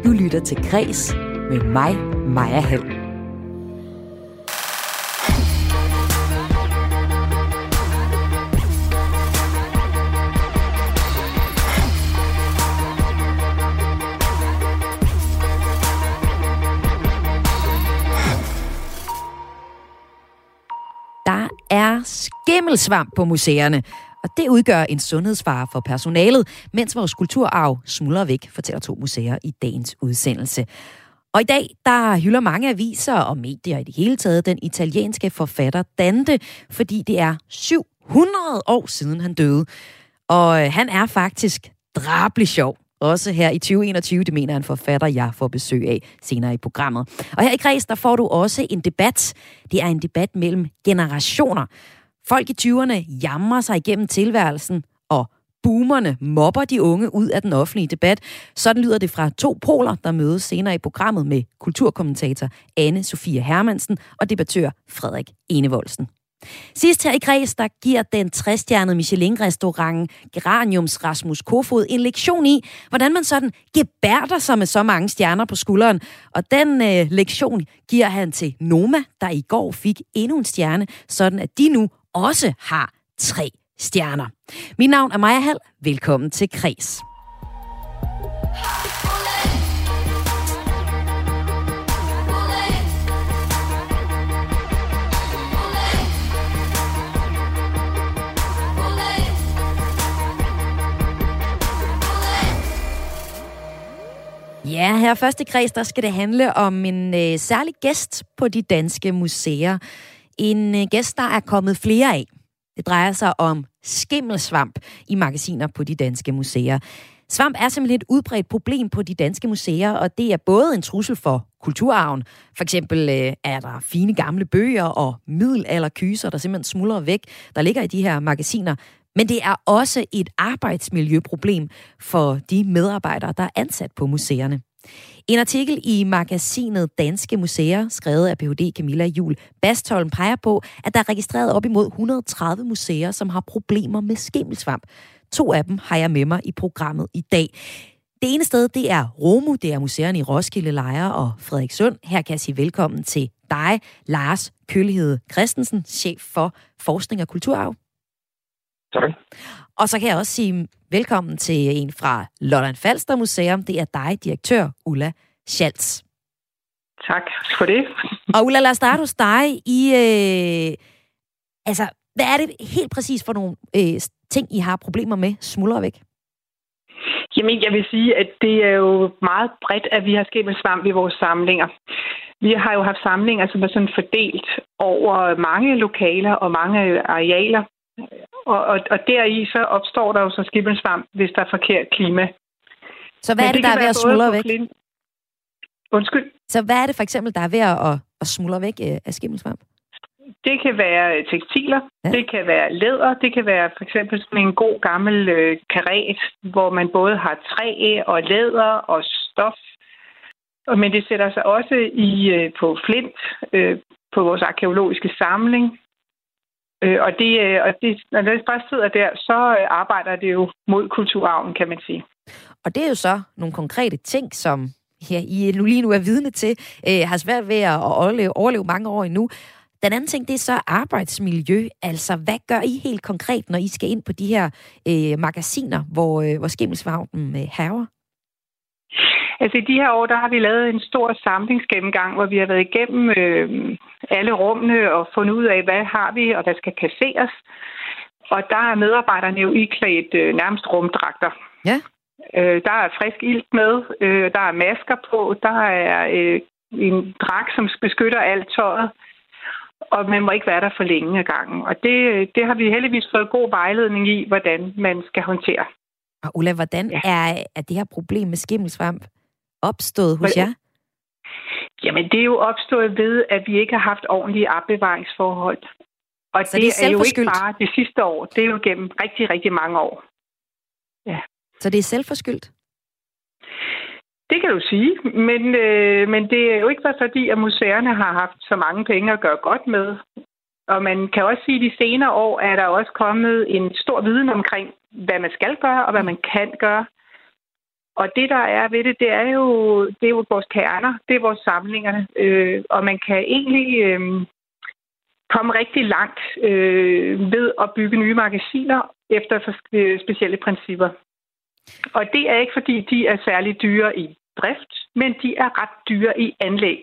Du lytter til Kres med mig, Maja Hall. Der er skimmelsvamp på museerne, og det udgør en sundhedsfare for personalet, mens vores kulturarv smuldrer væk, fortæller 2 museer i dagens udsendelse. Og i dag, der hylder mange aviser og medier i det hele taget den italienske forfatter Dante, fordi det er 700 år siden han døde. Og han er faktisk drabelig sjov. Også her i 2021, det mener en forfatter, jeg får besøg af senere i programmet. Og her i Kres, der får du også en debat. Det er en debat mellem generationer. Folk i 20'erne jamrer sig igennem tilværelsen, og boomerne mobber de unge ud af den offentlige debat. Sådan lyder det fra 2 poler, der mødes senere i programmet med kulturkommentator Anne-Sophie Hermansen og debattør Frederik Enevoldsen. Sidst her i Kres, der giver den 3-stjernede Michelin-restauranten Geraniums Rasmus Kofoed en lektion i, hvordan man sådan gebærder sig med så mange stjerner på skulderen. Og den lektion giver han til Noma, der i går fik endnu en stjerne, sådan at de nu også har 3 stjerner. Mit navn er Maja Hall. Velkommen til Kres. Ja, her første Kres, der skal det handle om en særlig gæst på de danske museer. En gæst, der er kommet flere af. Det drejer sig om skimmelsvamp i magasiner på de danske museer. Svamp er simpelthen et udbredt problem på de danske museer, og det er både en trussel for kulturarven. For eksempel er der fine gamle bøger og middelalderkyser, der simpelthen smuldrer væk, der ligger i de her magasiner. Men det er også et arbejdsmiljøproblem for de medarbejdere, der er ansat på museerne. En artikel i magasinet Danske Museer, skrevet af Ph.D. Camilla Juhl Bastholm, peger på, at der er registreret op imod 130 museer, som har problemer med skimmelsvamp. 2 af dem har jeg med mig i programmet i dag. Det ene sted, det er ROMU, det er museerne i Roskilde, Lejre og Frederikssund. Her kan jeg sige velkommen til dig, Lars Kølhede Christensen, chef for forskning og kulturarv. Tak. Og så kan jeg også sige velkommen til en fra Lolland Falster Museum. Det er dig, direktør Ulla Schaltz. Tak for det. Og Ulla, lad os starte hos dig. Hvad er det helt præcis for nogle ting, I har problemer med smuldrer væk? Jamen, jeg vil sige, at det er jo meget bredt, at vi har skimmelsvamp i vores samlinger. Vi har jo haft samlinger, som er sådan fordelt over mange lokaler og mange arealer. Og deri så opstår der jo så skimmelsvamp, hvis der er forkert klima. Så hvad er det, der er ved at smuldre væk? Undskyld? Så hvad er det for eksempel, der er ved at smuldre væk af skimmelsvamp? Det kan være tekstiler, ja. Det kan være læder, det kan være for eksempel sådan en god gammel karet, hvor man både har træ og læder og stof. Men det sætter sig også på flint, på vores arkæologiske samling. Og når det bare sidder der, så arbejder det jo mod kulturarven, kan man sige. Og det er jo så nogle konkrete ting, som I lige nu er vidne til, har svært ved at overleve mange år endnu. Den anden ting, det er så arbejdsmiljø. Altså, hvad gør I helt konkret, når I skal ind på de her magasiner, hvor skimmelsvampen hærger? Altså i de her år, der har vi lavet en stor samlingsgennemgang, hvor vi har været igennem alle rummene og fundet ud af, hvad har vi og hvad skal kasseres. Og der er medarbejderne jo iklædt nærmest rumdragter. Ja. Der er frisk ilt med, der er masker på, der er en dragt, som beskytter alt tøjet. Og man må ikke være der for længe ad gangen. Og det har vi heldigvis fået god vejledning i, hvordan man skal håndtere. Og Ulla, hvordan er det her problem med skimmelsvamp opstået hos jer? Jamen, det er jo opstået ved, at vi ikke har haft ordentlige opbevaringsforhold. Og så det er jo ikke bare det sidste år. Det er jo gennem rigtig, rigtig mange år. Ja. Så det er selvforskyldt? Det kan du sige, men det er jo ikke været fordi, at museerne har haft så mange penge at gøre godt med. Og man kan også sige, at de senere år er der også kommet en stor viden omkring, hvad man skal gøre og hvad man kan gøre. Og det, der er ved det, det er jo vores kerner, det er vores samlinger. Og man kan egentlig komme rigtig langt ved at bygge nye magasiner efter specielle principper. Og det er ikke, fordi de er særlig dyre i drift, men de er ret dyre i anlæg.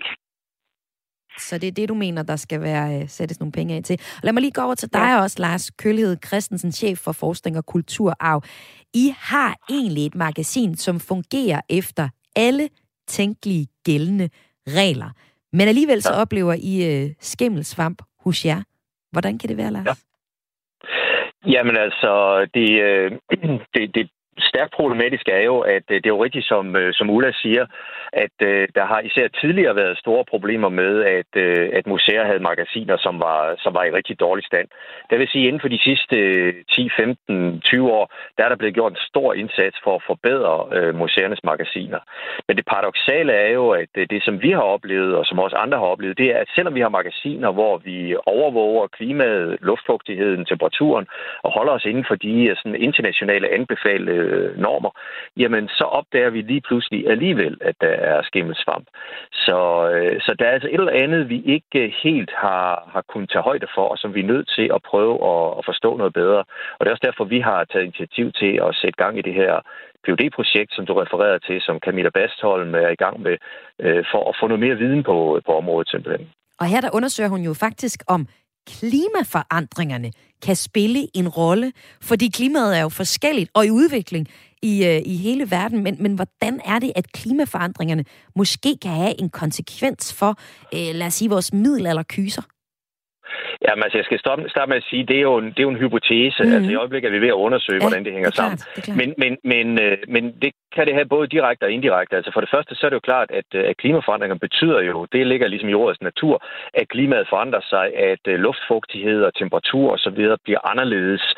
Så det er det, du mener, der skal sættes nogle penge af til. Og lad mig lige gå over til dig også, Lars Kølhed Christensen, chef for forskning og kulturarv. I har egentlig et magasin, som fungerer efter alle tænkelige gældende regler. Men alligevel så oplever I skimmelsvamp hos jer. Hvordan kan det være, Lars? Ja. Jamen altså, det stærkt problematiske er jo, at det er jo rigtigt, som Ulla siger, at der har især tidligere været store problemer med, at museer havde magasiner, som var i rigtig dårlig stand. Det vil sige, inden for de sidste 10, 15, 20 år, der er der blevet gjort en stor indsats for at forbedre museernes magasiner. Men det paradoksale er jo, at det, som vi har oplevet, og som også andre har oplevet, det er, at selvom vi har magasiner, hvor vi overvåger klimaet, luftfugtigheden, temperaturen, og holder os inden for de sådan internationale anbefalede normer, jamen så opdager vi lige pludselig alligevel, at der er skimmelsvamp. Så der er altså et eller andet, vi ikke helt har kunnet tage højde for, og som vi er nødt til at prøve at forstå noget bedre. Og det er også derfor, vi har taget initiativ til at sætte gang i det her PhD-projekt, som du refererede til, som Camilla Bastholm er i gang med, for at få noget mere viden på området simpelthen. Og her der undersøger hun jo faktisk om klimaforandringerne kan spille en rolle, fordi klimaet er jo forskelligt og i udvikling i hele verden, men hvordan er det, at klimaforandringerne måske kan have en konsekvens for, lad os sige, vores middelalderkyser? Jamen, altså, jeg skal starte med at sige, det er jo en hypotese. Mm-hmm. Altså, i øjeblikket er vi ved at undersøge, hvordan det hænger sammen. Men det kan det have både direkte og indirekte. Altså, for det første, så er det jo klart, at klimaforandringer betyder jo, det ligger ligesom i ordets natur, at klimaet forandrer sig, at luftfugtighed og temperatur og så videre bliver anderledes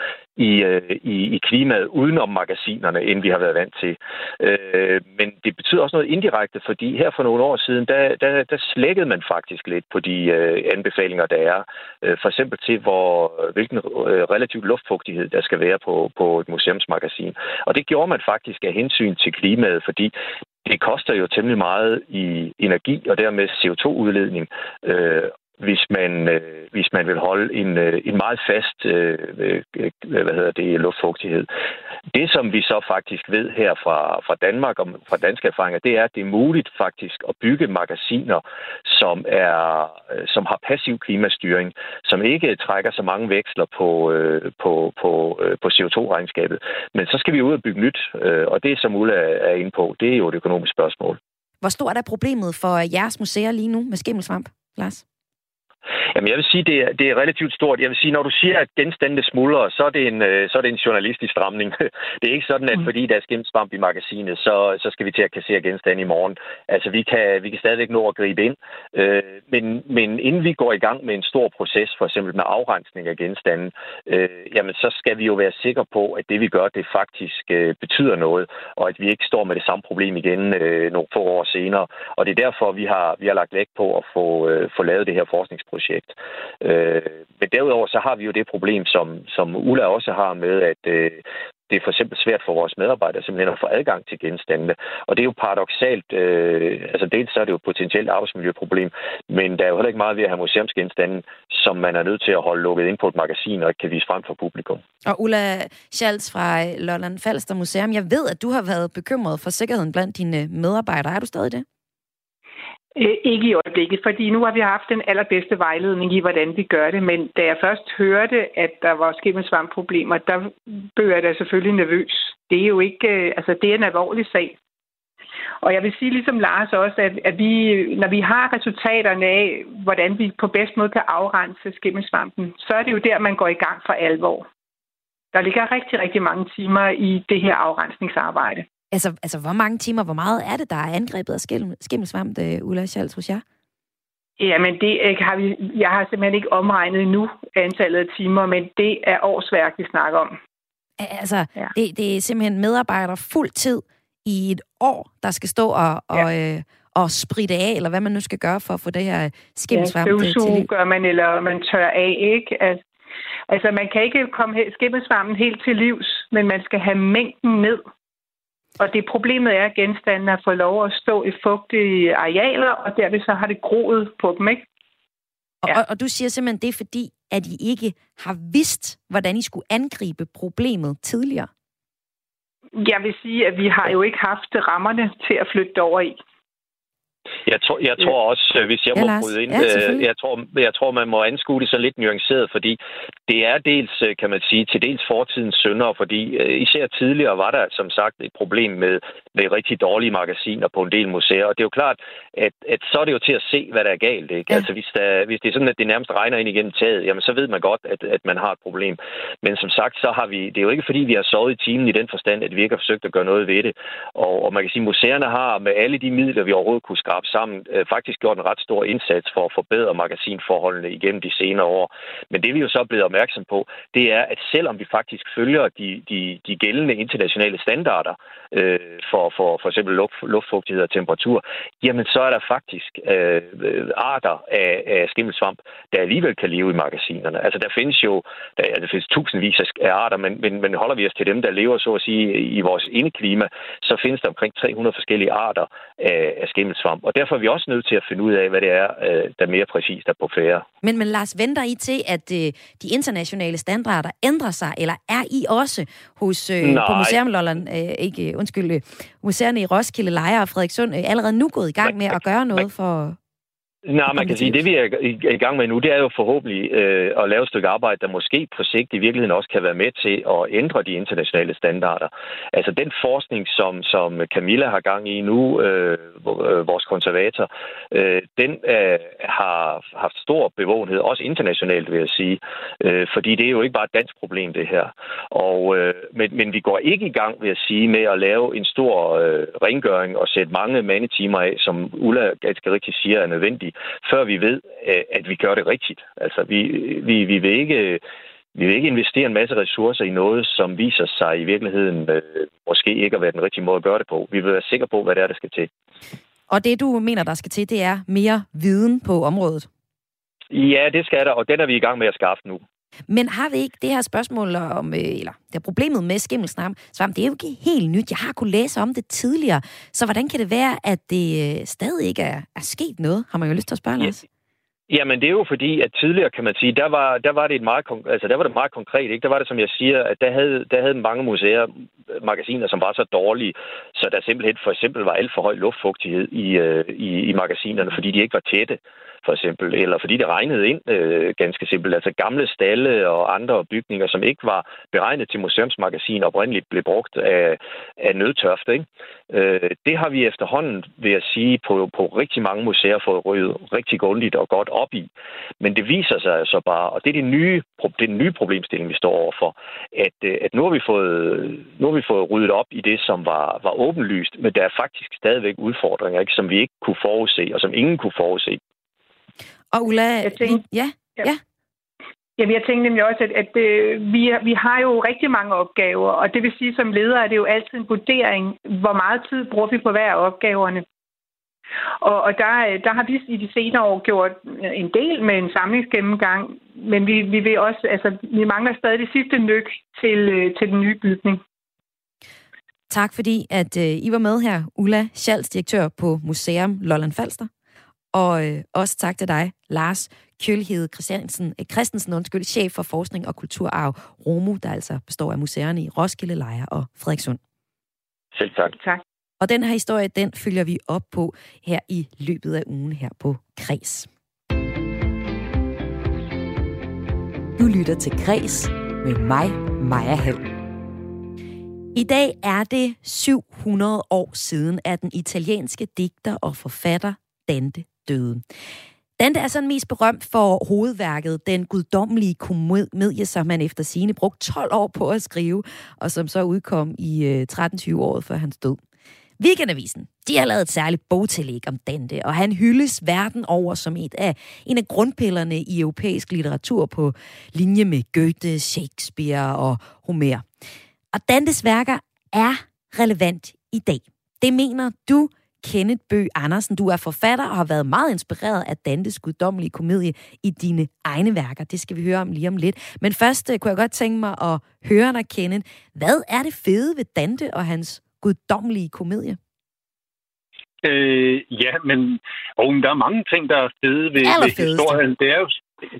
i klimaet udenom magasinerne, end vi har været vant til. Men det betyder også noget indirekte, fordi her for nogle år siden, der slækkede man faktisk lidt på de anbefalinger, der er. For eksempel til, hvilken relativ luftfugtighed der skal være på et museumsmagasin. Og det gjorde man faktisk af hensyn til klimaet, fordi det koster jo temmelig meget i energi og dermed CO2-udledning, hvis man vil holde en meget fast luftfugtighed. Det, som vi så faktisk ved her fra Danmark og fra danske erfaringer, det er, at det er muligt faktisk at bygge magasiner, som har passiv klimastyring, som ikke trækker så mange veksler på CO2-regnskabet. Men så skal vi ud og bygge nyt, og det, som Ulla er inde på, det er jo et økonomisk spørgsmål. Hvor stort er problemet for jeres museer lige nu med skimmelsvamp, Lars? Jamen, jeg vil sige, det er relativt stort. Jeg vil sige, når du siger, at genstande smuldrer, så er det en journalistisk stramning. Det er ikke sådan, at fordi der er skimmelsvamp i magasinet, så skal vi til at kassere genstande i morgen. Altså, vi kan stadigvæk nå at gribe ind. Men inden vi går i gang med en stor proces, for eksempel med afrensning af genstande, jamen, så skal vi jo være sikre på, at det vi gør, det faktisk betyder noget, og at vi ikke står med det samme problem igen nogle få år senere. Og det er derfor, vi har lagt vægt på at få lavet det her forskningsprojekt. Men derudover så har vi jo det problem, som Ulla også har med, at det er for eksempel svært for vores medarbejdere simpelthen at få adgang til genstandene. Og det er jo paradoksalt. Altså dels så er det jo et potentielt arbejdsmiljøproblem, men der er jo heller ikke meget ved at have museumsgenstande, som man er nødt til at holde lukket ind på et magasin og ikke kan vise frem for publikum. Og Ulla Schalz fra Lolland Falster Museum, jeg ved, at du har været bekymret for sikkerheden blandt dine medarbejdere. Er du stadig det? Ikke i øjeblikket, fordi nu har vi haft den allerbedste vejledning i, hvordan vi gør det, men da jeg først hørte, at der var skimmelsvampproblemer, der blev jeg da selvfølgelig nervøs. Det er jo ikke, det er en alvorlig sag. Og jeg vil sige ligesom Lars også, at vi, når vi har resultaterne af, hvordan vi på bedst måde kan afrense skimmelsvampen, så er det jo der, man går i gang for alvor. Der ligger rigtig, rigtig mange timer i det her afrensningsarbejde. Altså, hvor mange timer, hvor meget er det, der er angrebet af skimmelsvamp, Ulla Schalz, hos jer? Jamen, jeg har simpelthen ikke omregnet endnu antallet af timer, men det er årsværk, vi snakker om. Altså, ja. Det er simpelthen medarbejdere fuld tid i et år, der skal stå og spritte af, eller hvad man nu skal gøre for at få det her skimmelsvamp til liv. Gør man, eller man tør af, ikke? Altså, man kan ikke komme skimmelsvampen helt til livs, men man skal have mængden ned. Og det problemet er, at genstandene har fået lov at stå i fugtige arealer, og derved så har det groet på dem, ikke? Ja. Og du siger simpelthen, det er fordi, at I ikke har vidst, hvordan I skulle angribe problemet tidligere? Jeg vil sige, at vi har jo ikke haft rammerne til at flytte over i. Jeg tror også, hvis jeg må bryde ind, jeg tror, man må anskue det så lidt nuanceret, fordi det er dels, kan man sige, til dels fortidens synder, fordi især tidligere var der som sagt et problem med rigtig dårlige magasiner på en del museer, og det er jo klart, at så er det jo til at se, hvad der er galt, ikke? Ja. Altså hvis det er sådan, at det nærmest regner ind igennem taget, jamen så ved man godt, at man har et problem. Men som sagt, så har vi, det er jo ikke fordi, vi har sovet i timen i den forstand, at vi ikke har forsøgt at gøre noget ved det, og man kan sige, museerne har med alle de midler, vi overhovedet kunne skrabe sammen, faktisk gjort en ret stor indsats for at forbedre magasinforholdene igennem de senere år. Men det vi jo så er blevet opmærksom på, det er, at selvom vi faktisk følger de gældende internationale standarder for eksempel luftfugtighed og temperatur, jamen så er der faktisk arter af skimmelsvamp, der alligevel kan leve i magasinerne. Altså der findes tusindvis af arter, men holder vi os til dem, der lever så at sige i vores indeklima, så findes der omkring 300 forskellige arter af skimmelsvamp. Og derfor er vi også nødt til at finde ud af, hvad det er, der mere præcist er på færre. Men Lars, venter I til, at de internationale standarder ændrer sig, eller er I også hos på Museum Lolland, museerne i Roskilde, Lejre og Frederikssund allerede nu gået i gang med at gøre noget for... Nej, man kan sige, det vi er i gang med nu, det er jo forhåbentlig at lave et stykke arbejde, der måske på sigt i virkeligheden også kan være med til at ændre de internationale standarder. Altså den forskning, som Camilla har gang i nu, vores konservator, den har haft stor bevågenhed, også internationalt vil jeg sige, fordi det er jo ikke bare et dansk problem det her. Men vi går ikke i gang, vil jeg sige, med at lave en stor rengøring og sætte mange mandetimer af, som Ulla ganske rigtigt siger er nødvendigt, før vi ved, at vi gør det rigtigt. Altså, vi vil ikke investere en masse ressourcer i noget, som viser sig i virkeligheden måske ikke at være den rigtige måde at gøre det på. Vi vil være sikre på, hvad det er, der skal til. Og det, du mener, der skal til, det er mere viden på området? Ja, det skal der, og den er vi i gang med at skaffe nu. Men har vi ikke det her spørgsmål om, eller det problemet med skimmelsvamp, det er jo ikke helt nyt. Jeg har kunnet læse om det tidligere. Så hvordan kan det være, at det stadig ikke er sket noget? Har man jo lyst til at spørge, Lars? Jamen, det er jo fordi, at tidligere, kan man sige, der var det meget konkret, ikke? Der var det, som jeg siger, at der havde mange museer magasiner, som var så dårlige, så der simpelthen for eksempel var alt for høj luftfugtighed i magasinerne, fordi de ikke var tætte, for eksempel, eller fordi det regnede ind ganske simpelt. Altså gamle stalde og andre bygninger, som ikke var beregnet til museumsmagasin, oprindeligt blev brugt af nødtørft, ikke? Det har vi efterhånden, vil jeg sige, på rigtig mange museer fået ryddet rigtig grundigt og godt op i. Men det viser sig altså bare, og det er den nye problemstilling, vi står overfor, at nu har vi fået ryddet op i det, som var åbenlyst, men der er faktisk stadigvæk udfordringer, ikke, som vi ikke kunne forudse, og som ingen kunne forudse. Og Ulla, ja. Jamen, jeg tænkte nemlig også, at vi har jo rigtig mange opgaver, og det vil sige, som leder er det jo altid en vurdering, hvor meget tid bruger vi på hver af opgaverne. Og der har vi i de senere år gjort en del med en samlingsgennemgang, men vi vil også, altså, vi mangler stadig det sidste nyk til den nye bygning. Tak fordi, at I var med her, Ulla Schals, direktør på Museum Lolland Falster. Og også tak til dig, Lars Kjølhede Christensen, chef for forskning og kulturarv ROMU, der altså består af museerne i Roskilde, Lejre og Frederikssund. Selv tak. Tak. Og den her historie, den følger vi op på her i løbet af ugen her på Kres. Du lytter til Kres med mig, Maja Hall. I dag er det 700 år siden, at den italienske digter og forfatter Dante døde. Dante er sådan mest berømt for hovedværket, Den guddommelige komedie, som han efter sigende brugte 12 år på at skrive, og som så udkom i 1320-året før hans død. Weekendavisen, de har lavet et særligt bogtillæg om Dante, og han hyldes verden over som en af grundpillerne i europæisk litteratur på linje med Goethe, Shakespeare og Homer. Og Dantes værker er relevant i dag. Det mener du, Kenneth Bøgh Andersen. Du er forfatter og har været meget inspireret af Dantes guddommelige komedie i dine egne værker. Det skal vi høre om lige om lidt. Men først kunne jeg godt tænke mig at høre dig, Kenneth. Hvad er det fede ved Dante og hans guddommelige komedie? Ja, men der er mange ting, der er fede ved historien. Det er jo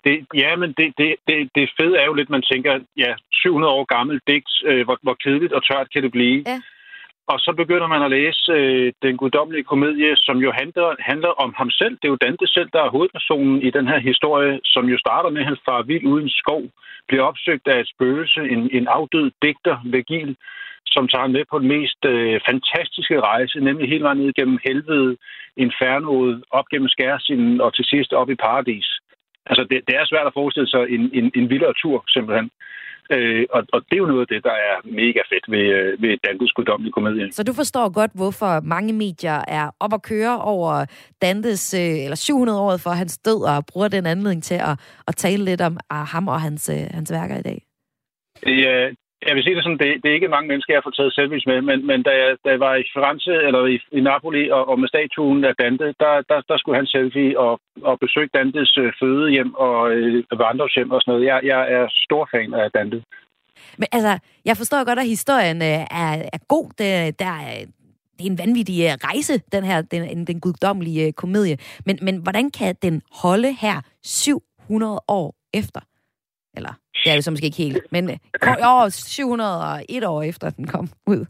det fede er jo lidt, man tænker, 700 år gammel digt, hvor kedeligt og tørt kan det blive. Ja. Og så begynder man at læse den guddommelige komedie, som jo handler om ham selv. Det er jo Dante selv, der er hovedpersonen i den her historie, som jo starter med, at han farer vild uden skov, bliver opsøgt af et spøgelse, en afdød digter, Vergil, som tager med på den mest fantastiske rejse, nemlig hele vejen ned gennem helvede, infernoet, op gennem skærsilden og til sidst op i paradis. Altså, det er svært at forestille sig en vildere tur, simpelthen. Og det er jo noget af det, der er mega fedt ved Dantes guddommelige komedie. Så du forstår godt, hvorfor mange medier er op at køre over Dantes 700-året for hans død, og bruger den anledning til at tale lidt om ham og hans værker i dag? Jeg vil sige det sådan, det er ikke mange mennesker, jeg har fået taget selfies med, men da jeg var i Firenze, eller i Napoli, og med statuen af Dante, der skulle han selfie og besøge Dantes fødehjem og vandrehjem og sådan noget. Jeg er stor fan af Dante. Men altså, jeg forstår godt, at historien er god. Det er en vanvittig rejse, den guddommelige komedie. Men hvordan kan den holde her 700 år efter? Eller, det er jo så måske ikke helt, men 701 år efter den kom ud.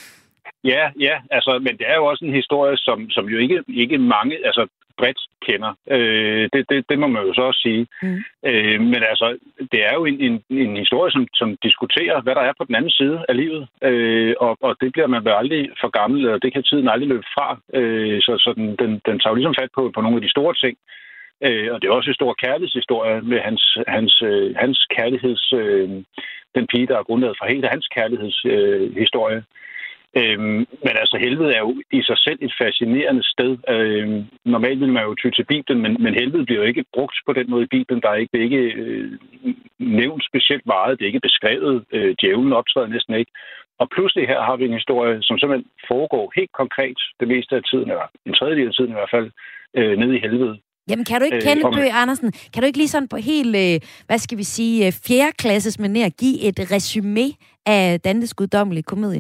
Ja, altså, men det er jo også en historie, som jo ikke mange, altså bredt kender. Det må man jo så også sige. Men altså, det er jo en historie, som diskuterer, hvad der er på den anden side af livet. Og det bliver man vel aldrig for gammel, og det kan tiden aldrig løbe fra. Så den tager jo ligesom fat på nogle af de store ting. Og det er også en stor kærlighedshistorie med hans kærligheds... den pige, der er grundlaget for hele hans kærlighedshistorie. Men altså, helvede er jo i sig selv et fascinerende sted. Normalt vil man jo ty til Bibelen, men helvede bliver jo ikke brugt på den måde i Bibelen. Der er ikke nævnt specielt meget. Det er ikke beskrevet. Djævlen optræder næsten ikke. Og pludselig her har vi en historie, som simpelthen foregår helt konkret det meste af tiden, eller en tredjedel af tiden i hvert fald, nede i helvede. Jamen, kan du ikke, Kenneth Bøgh Andersen, kan du ikke lige sådan på helt, fjerdeklasses manér give et resumé af Dantes guddommelige komedie?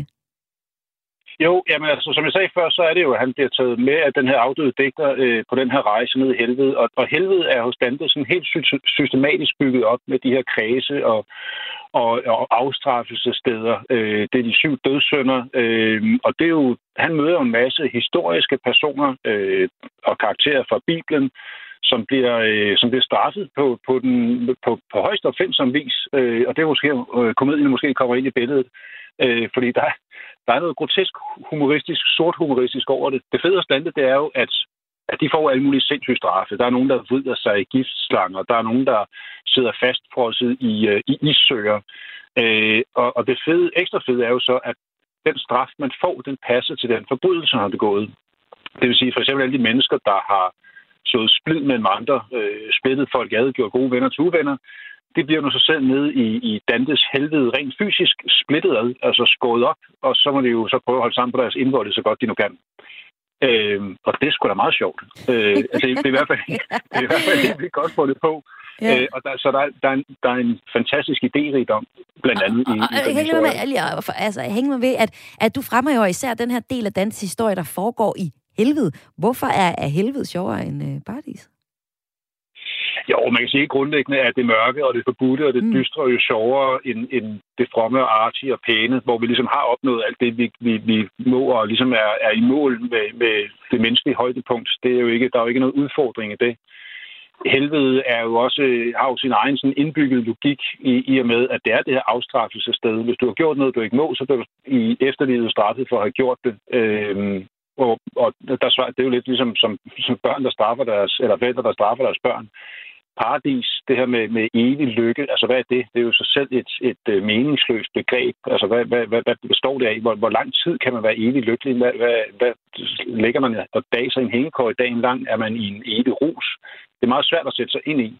Jo, jamen altså, som jeg sagde før, så er det jo, at han bliver taget med af den her afdøde digter på den her rejse ned i helvede. Og helvede er hos Dante sådan helt systematisk bygget op med de her kredse og afstraffelsessteder. Det er de 7 dødssynder. Og det er jo, han møder jo en masse historiske personer og karakterer fra Bibelen, som bliver straffet på højst opfindsom vis. Og det er måske, komedien måske kommer ind i billedet. Fordi der er noget grotesk humoristisk, sort humoristisk over det. Det fede hos Dante, det er jo, at de får alle mulige sindssyge straffe. Der er nogen, der vrider sig i giftslanger. Der er nogen, der sidder fastfrosset i issøer. Og det ekstra fede er jo så, at den straf, man får, den passer til den forbrydelse, han har begået. Det vil sige for eksempel alle de mennesker, der har slået splid mellem andre, splittet folk ad, gjort gode venner til uvenner. Det bliver nu så selv nede i Dantes helvede rent fysisk splittet ad, altså skåret op, og så må de jo så prøve at holde sammen på deres indvolde så godt de nu kan. Og det er sgu da meget sjovt. Altså, det er i hvert fald helt godt få det på. Ja. Og der er en fantastisk idérigdom, blandt andet i den historie. Hæng med ved, at du fremmer jo især den her del af Dantes historie, der foregår i helvede. Hvorfor er helvede sjovere end paradis? Jo, man kan sige grundlæggende, at det mørke og det forbudte og det dystre er jo sjovere end det fromme og artige og pæne, hvor vi ligesom har opnået alt det, vi må og ligesom er i mål med det menneskelige højdepunkt. Det er jo ikke, der er jo ikke noget udfordring i det. Helvede er jo også, har jo sin egen sådan indbygget logik i og med, at det er det her afstraffelsessted. Hvis du har gjort noget, du ikke må, så bliver du i efterlivet straffet for at have gjort det. Og det er jo lidt ligesom som børn, der straffer eller forældre, der straffer deres børn. Paradis, det her med evig lykke, altså hvad er det? Det er jo så selv et meningsløst begreb. Altså hvad består det af? Hvor lang tid kan man være evig lykkelig? Hvad lægger man og daser i en hængekøje dagen lang? Er man i en evig rus? Det er meget svært at sætte sig ind i.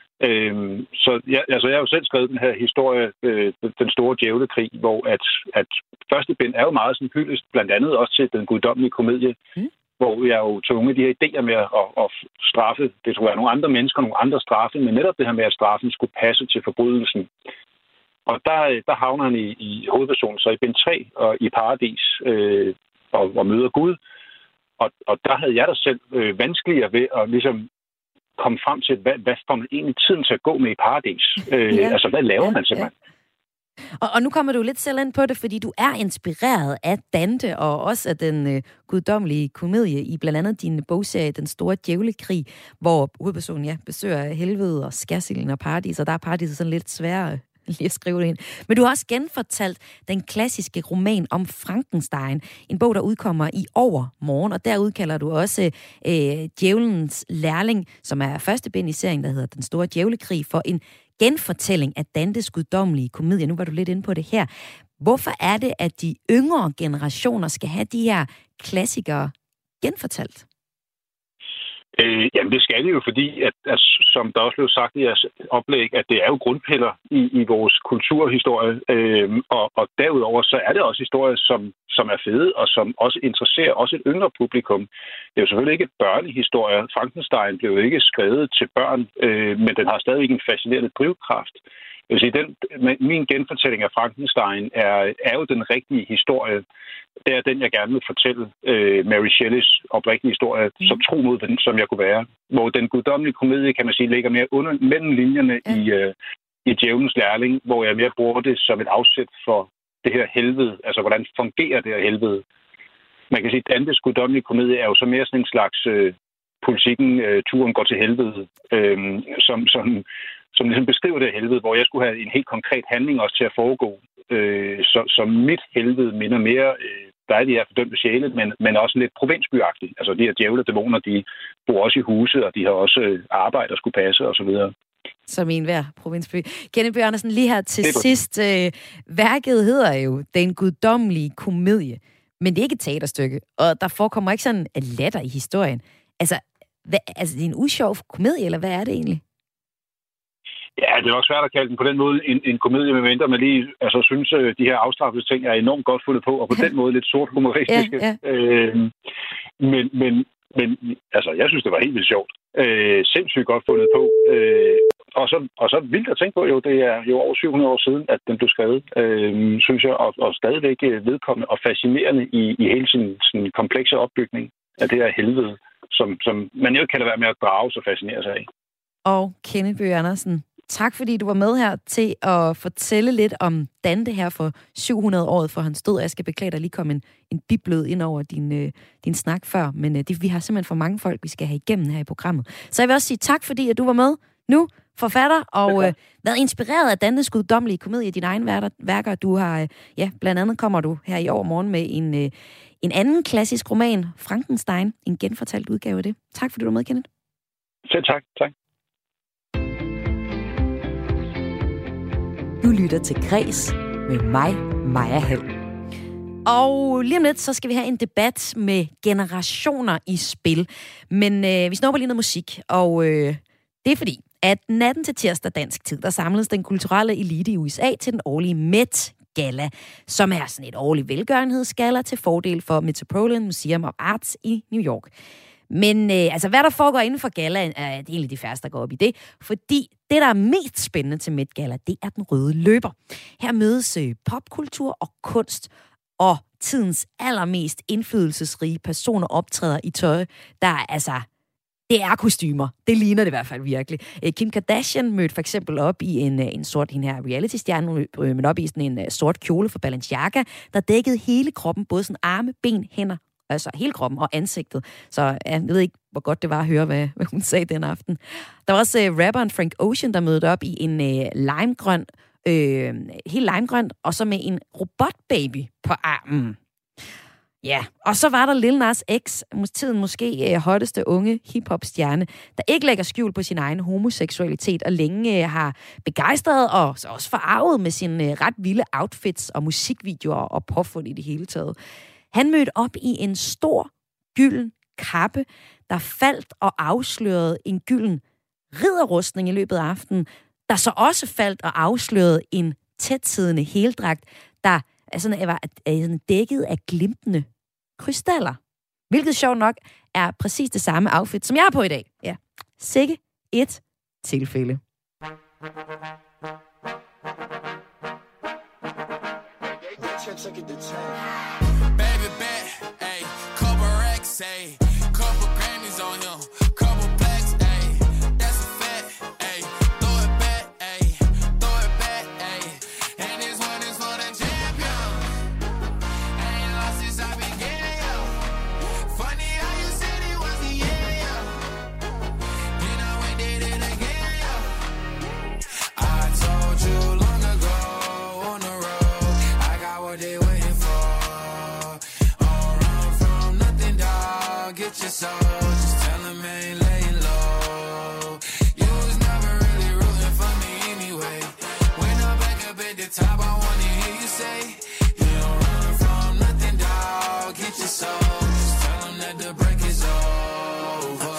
Så jeg har jo selv skrevet den her historie, Den store djævlekrig, hvor at første bind er jo meget sådan hyldest, blandt andet også til den guddommelige komedie, hvor jeg jo tog nogle af de her idéer med at straffe. Det skulle være nogle andre mennesker, nogle andre straffe, men netop det her med, at straffen skulle passe til forbrydelsen. Og der havner han i hovedpersonen, så i bind 3 og i paradis og møder Gud. Og der havde jeg da selv vanskeligere ved at ligesom komme frem til, hvad får man egentlig tiden til at gå med i paradis? Altså, hvad laver man simpelthen? Og nu kommer du lidt selv ind på det, fordi du er inspireret af Dante og også af den guddommelige komedie i blandt andet din bogserie Den Store Djævlekrig, hvor hovedpersonen besøger helvede og skærsilden og paradis, og der er paradiset sådan lidt sværere lige at skrive det ind. Men du har også genfortalt den klassiske roman om Frankenstein, en bog, der udkommer i overmorgen, og derud kalder du også Djævelens Lærling, som er første bind i serien, der hedder Den Store Djævlekrig, for en genfortælling af Dantes guddommelige komedie. Nu var du lidt inde på det her. Hvorfor er det, at de yngre generationer skal have de her klassikere genfortalt? Jamen, det skal det jo, fordi, at som der også blev sagt i jeres oplæg, at det er jo grundpiller i vores kulturhistorie. Og derudover, så er det også historier, som er fede, og som også interesserer også et yngre publikum. Det er jo selvfølgelig ikke børnehistorie. Frankenstein blev jo ikke skrevet til børn, men den har stadigvæk en fascinerende drivkraft. Jeg vil sige, min genfortælling af Frankenstein er jo den rigtige historie. Det er den, jeg gerne vil fortælle. Mary Shelleys oprigtige historie, så tro mod den, som jeg kunne være. Hvor den guddommelige komedie, kan man sige, ligger mere mellem linjerne i Djævelens Lærling, hvor jeg mere bruger det som et afsæt for det her helvede. Altså, hvordan fungerer det her helvede? Man kan sige, at Dantes guddommelige komedie er jo så mere sådan en slags politikken, turen går til helvede, som ligesom beskriver det helvede, hvor jeg skulle have en helt konkret handling også til at foregå. Så mit helvede minder mere, der er de her fordømte sjæle, men også lidt provinsbyagtigt. Altså de her djævle dæmoner, de bor også i huse, og de har også arbejde, der skulle passe, og så videre. Som i enhver provinsby. Kenneth Bøgh Andersen, lige her til sidst. Værket hedder jo Den Guddommelige Komedie, men det er ikke et teaterstykke, og der forekommer ikke sådan en latter i historien. Altså, det er en usjov komedie, eller hvad er det egentlig? Ja, det er nok svært at kalde den på den måde en komedie, medmindre man lige synes, de her afstraffede ting er enormt godt fundet på, og på den måde lidt sort humoristiske. Ja. Men jeg synes, det var helt vildt sjovt. Sindssygt godt fundet på. Og så vildt at tænke på, det er jo over 700 år siden, at den blev skrevet, synes jeg, og stadigvæk vedkommende og fascinerende i hele sin komplekse opbygning af det her helvede, som man jo ikke kan lade være med at drage så fascinere sig af. Og Kenneth Bøgh Andersen, tak fordi du var med her til at fortælle lidt om Dante her for 700 år for hans død. Jeg skal beklage, der lige kom en biblød ind over din snak før, men vi har simpelthen for mange folk, vi skal have igennem her i programmet. Så jeg vil også sige tak, fordi at du var med nu, forfatter, og været inspireret af Dantes guddommelige komedie i dine egne værker. Du har, blandt andet kommer du her i overmorgen med en anden klassisk roman, Frankenstein, en genfortalt udgave af det. Tak fordi du var med, Kenneth. Selv tak. Tak. Du lytter til Græs med mig, Maja Hall. Og lige om lidt, så skal vi have en debat med generationer i spil. Men vi snupper lige noget musik, og det er fordi, at natten til tirsdag dansk tid, der samledes den kulturelle elite i USA til den årlige Met Gala, som er sådan et årligt velgørenhedsgala til fordel for Metropolitan Museum of Arts i New York. Men hvad der foregår inden for galaen, er egentlig de færreste, der går op i det. Fordi det, der er mest spændende til Met Gala, det er den røde løber. Her mødes popkultur og kunst, og tidens allermest indflydelsesrige personer optræder i tøj, der det er kostymer. Det ligner det i hvert fald virkelig. Kim Kardashian mødte for eksempel op i en sort, hende her reality-stjerne, mødte op i sådan en sort kjole for Balenciaga, der dækkede hele kroppen, både sådan arme, ben, hænder, altså hele kroppen og ansigtet. Så jeg ved ikke, hvor godt det var at høre, hvad hun sagde den aften. Der var også rapperen Frank Ocean, der mødte op i en limegrøn, helt limegrønt, og så med en robotbaby på armen. Ja, og så var der Lil Nas X, tiden måske hotteste unge hiphop-stjerne, der ikke lægger skjul på sin egen homoseksualitet, og længe har begejstret og så også forarvet med sine ret vilde outfits og musikvideoer og påfund i det hele taget. Han mødte op i en stor, gylden kappe, der faldt og afslørede en gylden ridderrustning i løbet af aftenen, der så også faldt og afslørede en tætsiddende heldragt, der var dækket af glimtende krystaller. Hvilket sjovt nok er præcis det samme outfit, som jeg har på i dag. Ja, sikke et tilfælde. Baby back, ayy, couple racks, ayy, couple Grammys on him, couple plaques, ayy, that's a fact, ayy, throw it back, ayy, and this one is for the champion. I ain't lost since I began, yo. Funny how you said it was the yeah. Then I went did it again, yo. I told you long ago on the road, I got what they waiting for. Don't run from nothing, dog. Get your soul, just tell them I ain't laying low. You was never really rooting for me anyway. When I'm back up at the top, I wanna hear you say, you don't run from nothing, dog. Get your soul, just tell them that the break is over.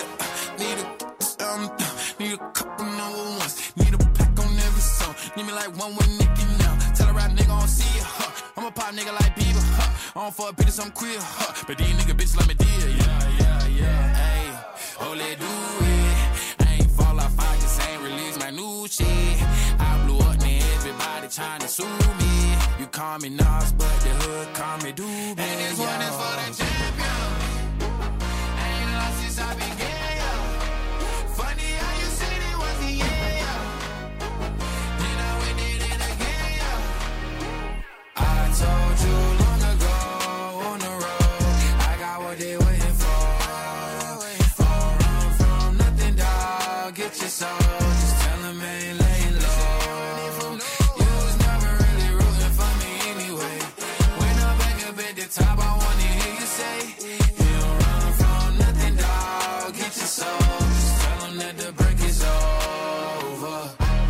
Need a couple number ones. Need a pack on every song. Need me like one with Nicki now. Tell a rap nigga I don't see it, huh? I'm a pop nigga like Bieber, huh? I don't fuck bitches, I'm queer, huh? But these nigga bitches like me dear, yeah. Ayy, oh, let do it. I ain't fall off, I just ain't release my new shit. I blew up, man, everybody trying to sue me. You call me Nas, but the hood call me Doobie. And this one is for the champion. I ain't lost since I began, yo. Funny how you said it was the yeah. Then I went did it again, yo. I told you long ago on the road, I got what they waiting for. Don't run from nothing, dog. Get your soul, just tell them I ain't laying low. You was never really rooting for me anyway. When I'm back up at the top, I wanna hear you say, you don't run from nothing, dog. Get your soul, just tell them that the break is over.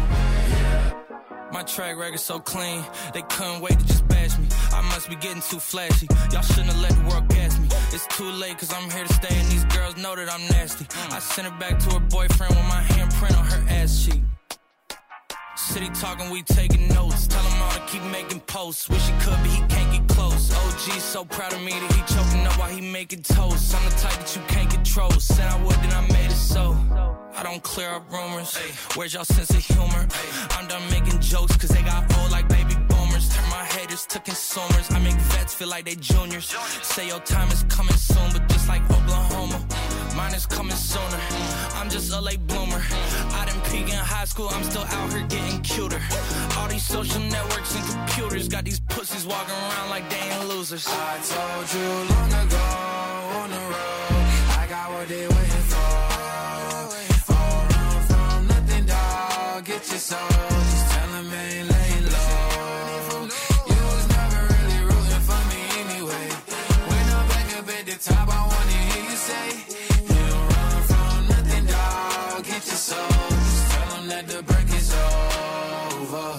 My track record so clean, they couldn't wait to just bash me. I must be getting too flashy. Y'all shouldn't have let the world gas me. It's too late cause I'm here to stay and these girls know that I'm nasty. I sent her back to her boyfriend with my handprint on her ass cheek. City talking, we taking notes. Tell him all to keep making posts. Wish he could, but he can't get close. OG so proud of me that he choking up while he making toast. I'm the type that you can't control. Said I would, then I made it so. I don't clear up rumors. Where's y'all sense of humor? I'm done making jokes cause they got old like baby boomers. Turn my haters to consumers. I make vets feel like they juniors. Say your time is coming soon, but just like Oklahoma, mine is coming sooner. I'm just a late bloomer. I didn't peak in high school, I'm still out here getting cuter. All these social networks and computers got these pussies walking around like they ain't losers. I told you long ago on the road, I got what they waiting for. Don't run from nothing, dog. Get your soul, just tell them I ain't laying low. You was never really rooting for me anyway. When I'm back up at the top, I wanna hear you say, you don't run from nothing, dog. Get your soul, just tell them that the break is over.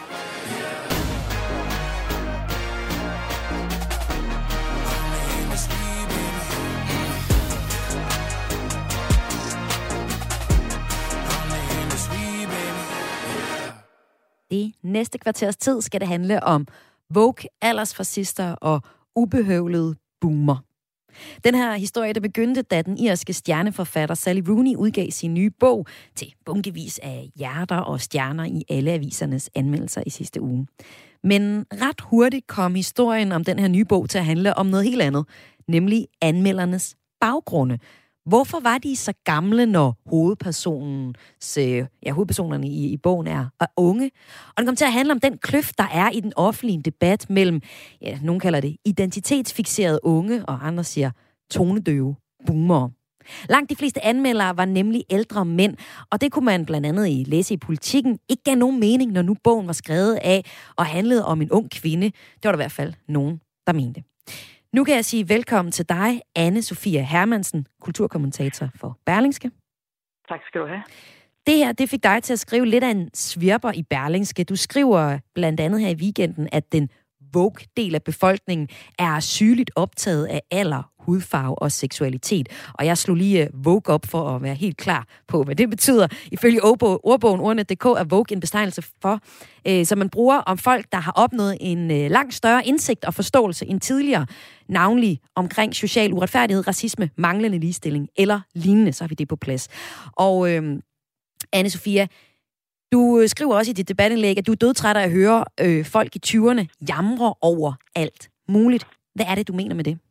Det næste kvarters tid skal det handle om woke, aldersfascister og ubehøvlede boomer. Den her historie, der begyndte, da den irske stjerneforfatter Sally Rooney udgav sin nye bog til bunkevis af hjerter og stjerner i alle avisernes anmeldelser i sidste uge. Men ret hurtigt kom historien om den her nye bog til at handle om noget helt andet, nemlig anmeldernes baggrunde. Hvorfor var de så gamle, når hovedpersonerne i bogen er unge? Og det kom til at handle om den kløft, der er i den offentlige debat mellem, nogen kalder det identitetsfixerede unge, og andre siger tonedøve boomere. Langt de fleste anmeldere var nemlig ældre mænd, og det kunne man blandt andet læse i Politikken ikke gav nogen mening, når nu bogen var skrevet af og handlede om en ung kvinde. Det var der i hvert fald nogen, der mente. Nu kan jeg sige velkommen til dig, Anne-Sophie Hermansen, kulturkommentator for Berlingske. Tak skal du have. Det her, det fik dig til at skrive lidt af en svirper i Berlingske. Du skriver blandt andet her i weekenden, at den woke del af befolkningen er sygeligt optaget af alder, hudfarve og seksualitet. Og jeg slog lige woke op for at være helt klar på, hvad det betyder. Ifølge ordbogen Ordnet.dk er woke en betegnelse for, som man bruger om folk, der har opnået en langt større indsigt og forståelse end tidligere, navnlig omkring social uretfærdighed, racisme, manglende ligestilling eller lignende, så har vi det på plads. Og Anne-Sophie, Du skriver også i dit debatindlæg, at du er dødtræt af at høre folk i 20'erne jamre over alt muligt. Hvad er det, du mener med det?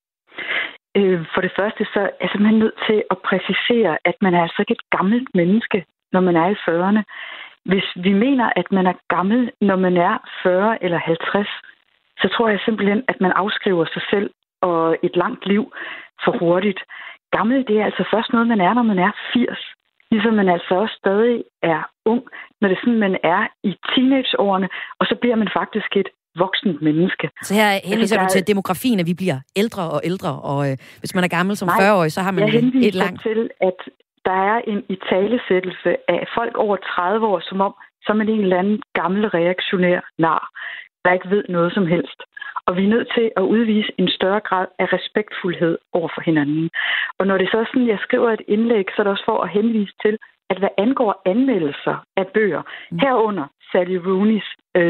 For det første, så er man nødt til at præcisere, at man er altså ikke et gammelt menneske, når man er i 40'erne. Hvis vi mener, at man er gammel, når man er 40 eller 50, så tror jeg simpelthen, at man afskriver sig selv og et langt liv for hurtigt. Gammel, det er altså først noget, man er, når man er 80. Ligesom man altså også stadig er ung, når det er sådan, man er i teenageårene, og så bliver man faktisk et voksent menneske. Så her henviser du til demografien, at vi bliver ældre og ældre, og hvis man er gammel som 40-årig, så har man et langt... til, at der er en italesættelse af folk over 30 år, som om, som en eller anden gammel reaktionær nar, der ikke ved noget som helst. Og vi er nødt til at udvise en større grad af respektfuldhed over for hinanden. Og når det så er sådan, jeg skriver et indlæg, så er det også for at henvise til, at hvad angår anmeldelser af bøger, herunder Sally Rooney's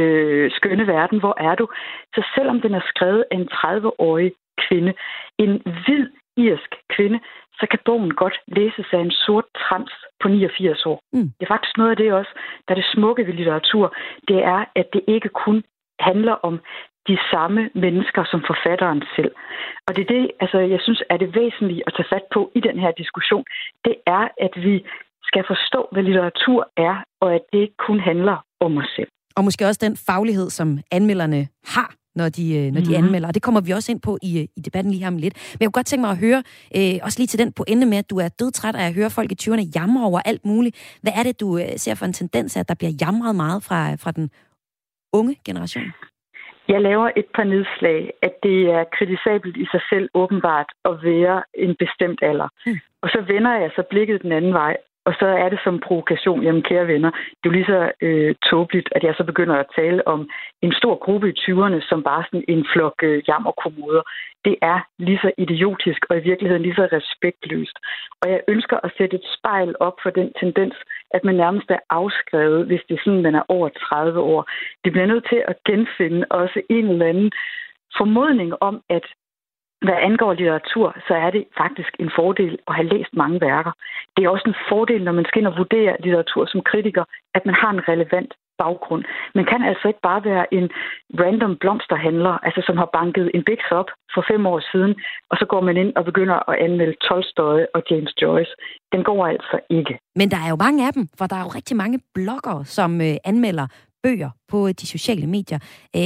skønne verden, hvor er du? Så selvom den er skrevet af en 30-årig kvinde, en hvid irsk kvinde, så kan bogen godt læses af en sort trans på 89 år. Det er faktisk noget af det også, der er det smukke ved litteratur, det er, at det ikke kun handler om de samme mennesker som forfatteren selv. Og det er det, altså, jeg synes, er det væsentlige at tage fat på i den her diskussion, det er, at vi skal forstå, hvad litteratur er, og at det ikke kun handler om os selv. Og måske også den faglighed, som anmelderne har, når de anmelder. Og det kommer vi også ind på i debatten lige her om lidt. Men jeg kunne godt tænke mig at høre, også lige til den pointe med, at du er dødtræt af at høre folk i 20'erne jamre over alt muligt. Hvad er det, du ser for en tendens af, at der bliver jamret meget fra den unge generation? Jeg laver et par nedslag, at det er kritisabelt i sig selv åbenbart at være en bestemt alder. Og så vender jeg så blikket den anden vej, og så er det som provokation, jamen kære venner, det er jo lige så tåbeligt, at jeg så begynder at tale om en stor gruppe i 20'erne, som bare sådan en flok jammerkommoder. Det er lige så idiotisk, og i virkeligheden lige så respektløst. Og jeg ønsker at sætte et spejl op for den tendens, at man nærmest er afskrevet, hvis det er sådan, man er over 30 år. Det bliver nødt til at genfinde også en eller anden formodning om, at hvad angår litteratur, så er det faktisk en fordel at have læst mange værker. Det er også en fordel, når man skal ind og vurdere litteratur som kritiker, at man har en relevant baggrund. Man kan altså ikke bare være en random blomsterhandler, altså som har banket en biks op for 5 år siden, og så går man ind og begynder at anmelde Tolstoy og James Joyce. Den går altså ikke. Men der er jo mange af dem, for der er jo rigtig mange bloggere, som anmelder bøger på de sociale medier.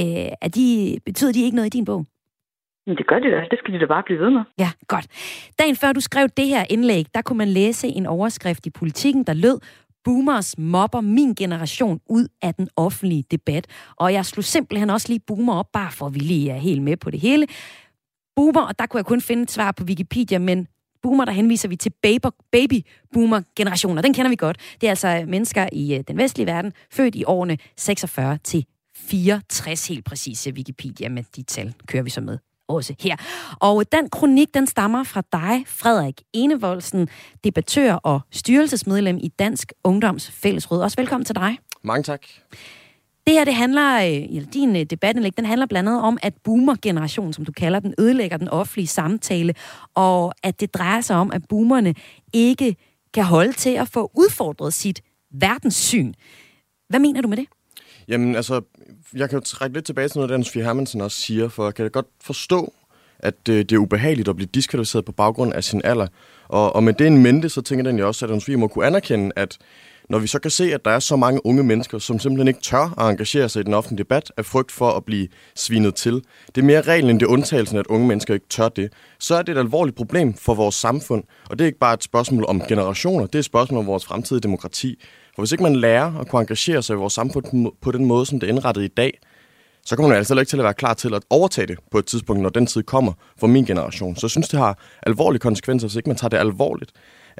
Betyder de ikke noget i din bog? Det gør de da. Det skal de da bare blive ved med. Ja, godt. Dagen før du skrev det her indlæg, der kunne man læse en overskrift i Politiken, der lød: Boomers mobber min generation ud af den offentlige debat. Og jeg slog simpelthen også lige boomer op, bare for at vi lige er helt med på det hele. Boomer, og der kunne jeg kun finde et svar på Wikipedia, men boomer, der henviser vi til baby-boomer-generationer. Den kender vi godt. Det er altså mennesker i den vestlige verden, født i årene 46 til 64, helt præcis, Wikipedia, med de tal kører vi så med også her. Og den kronik, den stammer fra dig, Frederik Enevoldsen, debattør og styrelsesmedlem i Dansk Ungdoms Fællesråd. Også velkommen til dig. Mange tak. Det her, det handler, din debatindlæg, den handler blandt andet om, at boomer-generationen, som du kalder den, ødelægger den offentlige samtale, og at det drejer sig om, at boomerne ikke kan holde til at få udfordret sit verdenssyn. Hvad mener du med det? Jamen, altså, jeg kan jo trække lidt tilbage til noget, Anne Sofie Hermansen også siger, for jeg kan godt forstå, at det er ubehageligt at blive diskvalificeret på baggrund af sin alder. Og med det en mente, så tænker jeg også, at Anne Sofie må kunne anerkende, at når vi så kan se, at der er så mange unge mennesker, som simpelthen ikke tør at engagere sig i den offentlige debat, af frygt for at blive svinet til. Det er mere reglen end det undtagelsen, at unge mennesker ikke tør det. Så er det et alvorligt problem for vores samfund. Og det er ikke bare et spørgsmål om generationer, det er et spørgsmål om vores fremtidige demokrati. For hvis ikke man lærer at kunne engagere sig i vores samfund på den måde, som det er indrettet i dag, så kommer man altså ikke til at være klar til at overtage det på et tidspunkt, når den tid kommer for min generation. Så jeg synes, det har alvorlige konsekvenser, hvis ikke man tager det alvorligt,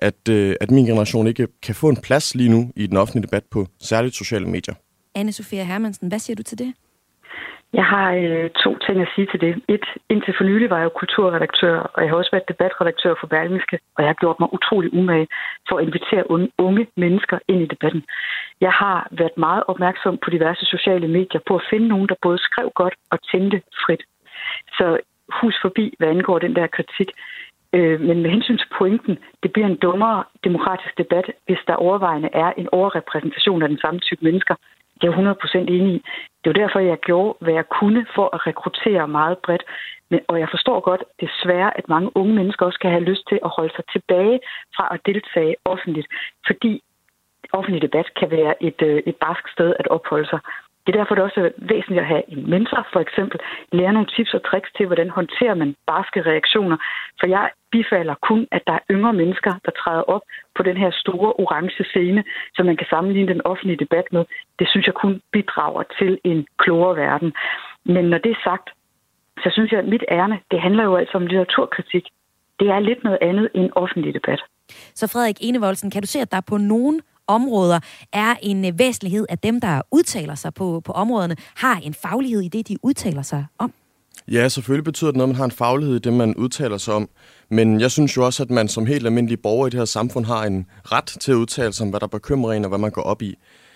at min generation ikke kan få en plads lige nu i den offentlige debat på særligt sociale medier. Anne Sofie Hermansen, hvad siger du til det? Jeg har 2 ting at sige til det. Indtil for nylig var jeg jo kulturredaktør, og jeg har også været debatredaktør for Berlingske, og jeg har gjort mig utrolig umage for at invitere unge mennesker ind i debatten. Jeg har været meget opmærksom på diverse sociale medier på at finde nogen, der både skrev godt og tænkte frit. Så hus forbi, hvad angår den der kritik. Men med hensyn til pointen, det bliver en dummere demokratisk debat, hvis der overvejende er en overrepræsentation af den samme type mennesker. Det er jeg 100% enig i. Det er jo derfor, jeg gjorde, hvad jeg kunne for at rekruttere meget bredt. Og jeg forstår godt desværre, at mange unge mennesker også kan have lyst til at holde sig tilbage fra at deltage offentligt, fordi offentlig debat kan være et barsk sted at opholde sig. Det er derfor, det også er væsentligt at have en mentor, for eksempel. Lære nogle tips og tricks til, hvordan håndterer man barske reaktioner. For jeg bifalder kun, at der er yngre mennesker, der træder op på den her store orange scene, som man kan sammenligne den offentlige debat med. Det synes jeg kun bidrager til en klogere verden. Men når det er sagt, så synes jeg, at mit ærne, det handler jo altså om litteraturkritik. Det er lidt noget andet end offentlig debat. Så Frederik Enevoldsen, kan du se, at der på nogle områder er en væsentlighed, at dem, der udtaler sig på områderne, har en faglighed i det, de udtaler sig om? Ja, selvfølgelig betyder det noget, at man har en faglighed i det, man udtaler sig om. Men jeg synes jo også, at man som helt almindelig borger i det her samfund har en ret til at udtale sig om, hvad der bekymrer en og hvad man går op i.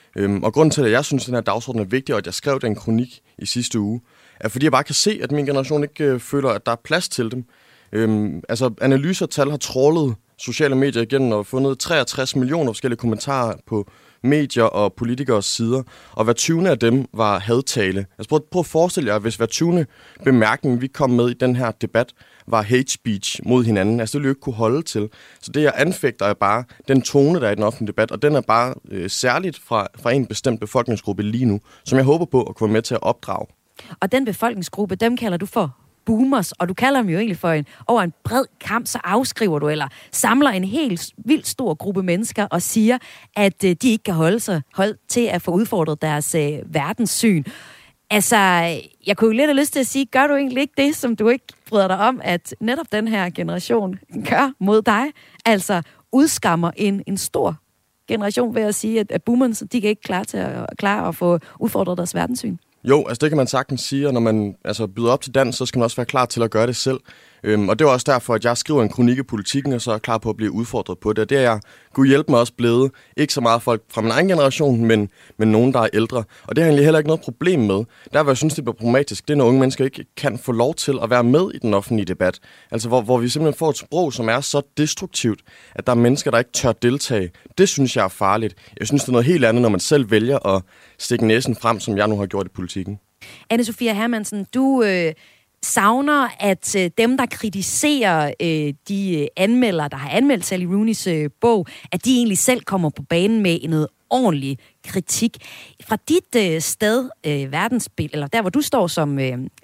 Og grunden til, at jeg synes, at den her dagsorden er vigtig, og at jeg skrev den kronik i sidste uge, er fordi jeg bare kan se, at min generation ikke føler, at der er plads til dem. Analyser og tal har trålet sociale medier igennem og fundet 63 millioner forskellige kommentarer på medier og politikers sider, og hver 20. af dem var hadtale. Altså prøv at forestille jer, hvis hver 20. bemærkning, vi kom med i den her debat, var hate speech mod hinanden. Altså det ville jo ikke kunne holde til. Så det, jeg anfægter, er bare den tone, der er i den offentlige debat, og den er bare særligt fra en bestemt befolkningsgruppe lige nu, som jeg håber på at komme med til at opdrage. Og den befolkningsgruppe, dem kalder du for boomers, og du kalder dem jo egentlig for over en bred kamp, så afskriver du eller samler en helt vildt stor gruppe mennesker og siger, at de ikke kan holde til at få udfordret deres verdenssyn. Altså, jeg kunne jo lidt have lyst til at sige, gør du egentlig ikke det, som du ikke bryder dig om, at netop den her generation gør mod dig? Altså, udskammer en stor generation ved at sige, at boomers, de kan ikke klare at få udfordret deres verdenssyn. Jo, altså det kan man sagtens sige, og når man byder op til dans, så skal man også være klar til at gøre det selv. Og det var også derfor, at jeg skriver en kronik i Politikken, og så er klar på at blive udfordret på det. Og det er jeg, Gud hjælpe mig, også blevet. Ikke så meget folk fra min egen generation, men nogen, der er ældre. Og det har egentlig heller ikke noget problem med. Der, hvor jeg synes, det bliver problematisk, det er, når unge mennesker ikke kan få lov til at være med i den offentlige debat. Altså, hvor vi simpelthen får et sprog, som er så destruktivt, at der er mennesker, der ikke tør deltage. Det synes jeg er farligt. Jeg synes, det er noget helt andet, når man selv vælger at stikke næsen frem, som jeg nu har gjort i Politikken. Anne-Sophia Hermansen, du savner, at dem, der kritiserer de anmeldere, der har anmeldt Sally Rooney's bog, at de egentlig selv kommer på banen med noget ordentlig kritik. Fra dit sted, verdensbillede, eller der, hvor du står som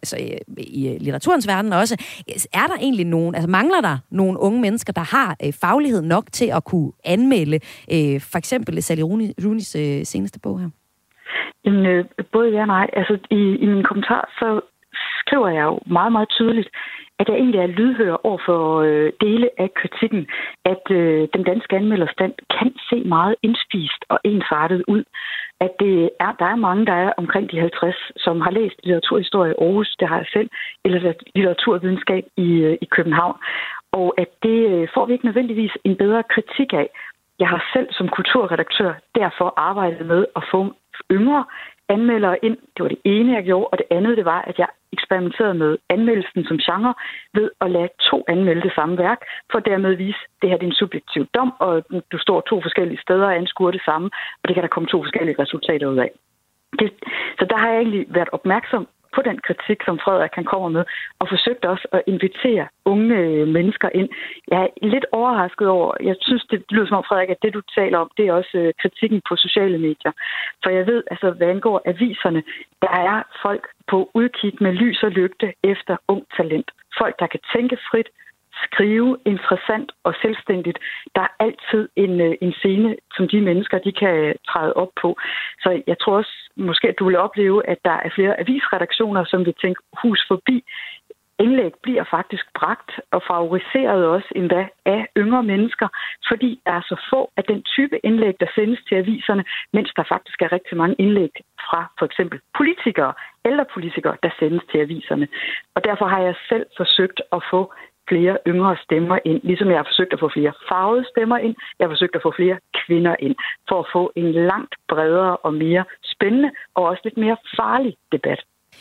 i litteraturens verden også, er der egentlig mangler der nogle unge mennesker, der har faglighed nok til at kunne anmelde for eksempel Sally Rooney's seneste bog her? Jamen, både ja og nej. Altså, i min kommentar, så skriver jeg jo meget, meget tydeligt, at jeg egentlig er lydhør over for dele af kritikken, at den danske anmelderstand kan se meget indspist og ensartet ud. At der er mange, der er omkring de 50, som har læst litteraturhistorie i Aarhus, det har jeg selv, eller litteraturvidenskab i København. Og at det får vi ikke nødvendigvis en bedre kritik af. Jeg har selv som kulturredaktør derfor arbejdet med at få yngre anmeldere ind. Det var det ene, jeg gjorde, og det andet, det var, at jeg eksperimenterede med anmeldelsen som genre ved at lade 2 anmelde det samme værk, for dermed vise, at det her er en subjektiv dom, og du står 2 forskellige steder og anskuer det samme, og det kan der komme 2 forskellige resultater ud af. Så der har jeg egentlig været opmærksom på den kritik, som Frederik kan komme med, og forsøgt også at invitere unge mennesker ind. Jeg er lidt overrasket over, jeg synes, det lyder som om, Frederik, at det, du taler om, det er også kritikken på sociale medier. For jeg ved, altså, hvad angår aviserne, der er folk på udkig med lys og lygte efter ung talent. Folk, der kan tænke frit, skrive interessant og selvstændigt. Der er altid en scene, som de mennesker, de kan træde op på. Så jeg tror også, måske at du vil opleve, at der er flere avisredaktioner, som vil tænke hus forbi. Indlæg bliver faktisk bragt og favoriseret også endda af yngre mennesker, fordi der er så få af den type indlæg, der sendes til aviserne, mens der faktisk er rigtig mange indlæg fra for eksempel politikere, ældre politikere, der sendes til aviserne. Og derfor har jeg selv forsøgt at få flere yngre stemmer ind, ligesom jeg har forsøgt at få flere farvede stemmer ind. Jeg har forsøgt at få flere kvinder ind, for at få en langt bredere og mere spændende og også lidt mere farlig debat.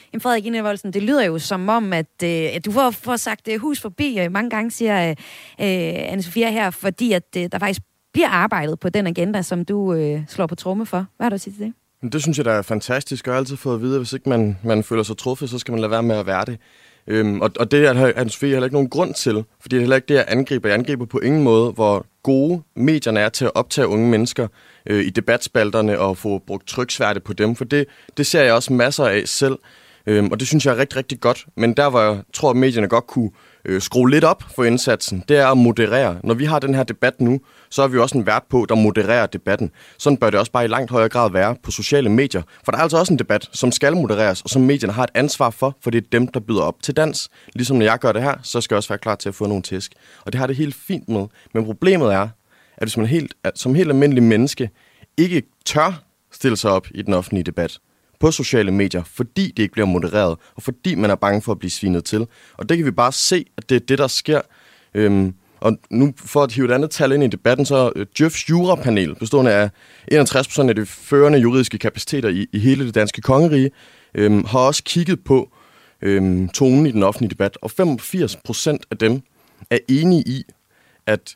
Jamen Frederik Enevoldsen, det lyder jo som om, at du får sagt hus forbi mange gange, siger Anne-Sophia her, fordi at der faktisk bliver arbejdet på den agenda, som du slår på tromme for. Hvad har du at sige til det? Det synes jeg, der er fantastisk. Jeg har altid fået at vide, at hvis ikke man føler sig truffet, så skal man lade være med at være det. Og det har Anne-Sophia heller ikke nogen grund til, fordi det er heller ikke det, jeg angriber. Jeg angriber på ingen måde, hvor gode medierne er til at optage unge mennesker i debatspalterne og få brugt tryksværte på dem, for det ser jeg også masser af selv. Og det synes jeg er rigtig, rigtig godt. Men der, hvor jeg tror, at medierne godt kunne skrue lidt op for indsatsen, det er at moderere. Når vi har den her debat nu, så er vi også en vært på, der modererer debatten. Sådan bør det også bare i langt højere grad være på sociale medier. For der er altså også en debat, som skal modereres, og som medierne har et ansvar for det er dem, der byder op til dans. Ligesom når jeg gør det her, så skal jeg også være klar til at få nogle tæsk. Og det har det helt fint med. Men problemet er, at hvis man som helt almindelig menneske ikke tør stille sig op i den offentlige debat på sociale medier, fordi det ikke bliver modereret, og fordi man er bange for at blive svinet til. Og det kan vi bare se, at det er det, der sker. Og nu for at hive et andet tal ind i debatten, så Djøfs jurapanel, bestående af 61% af de førende juridiske kapaciteter i hele det danske kongerige, har også kigget på tonen i den offentlige debat, og 85% af dem er enige i, at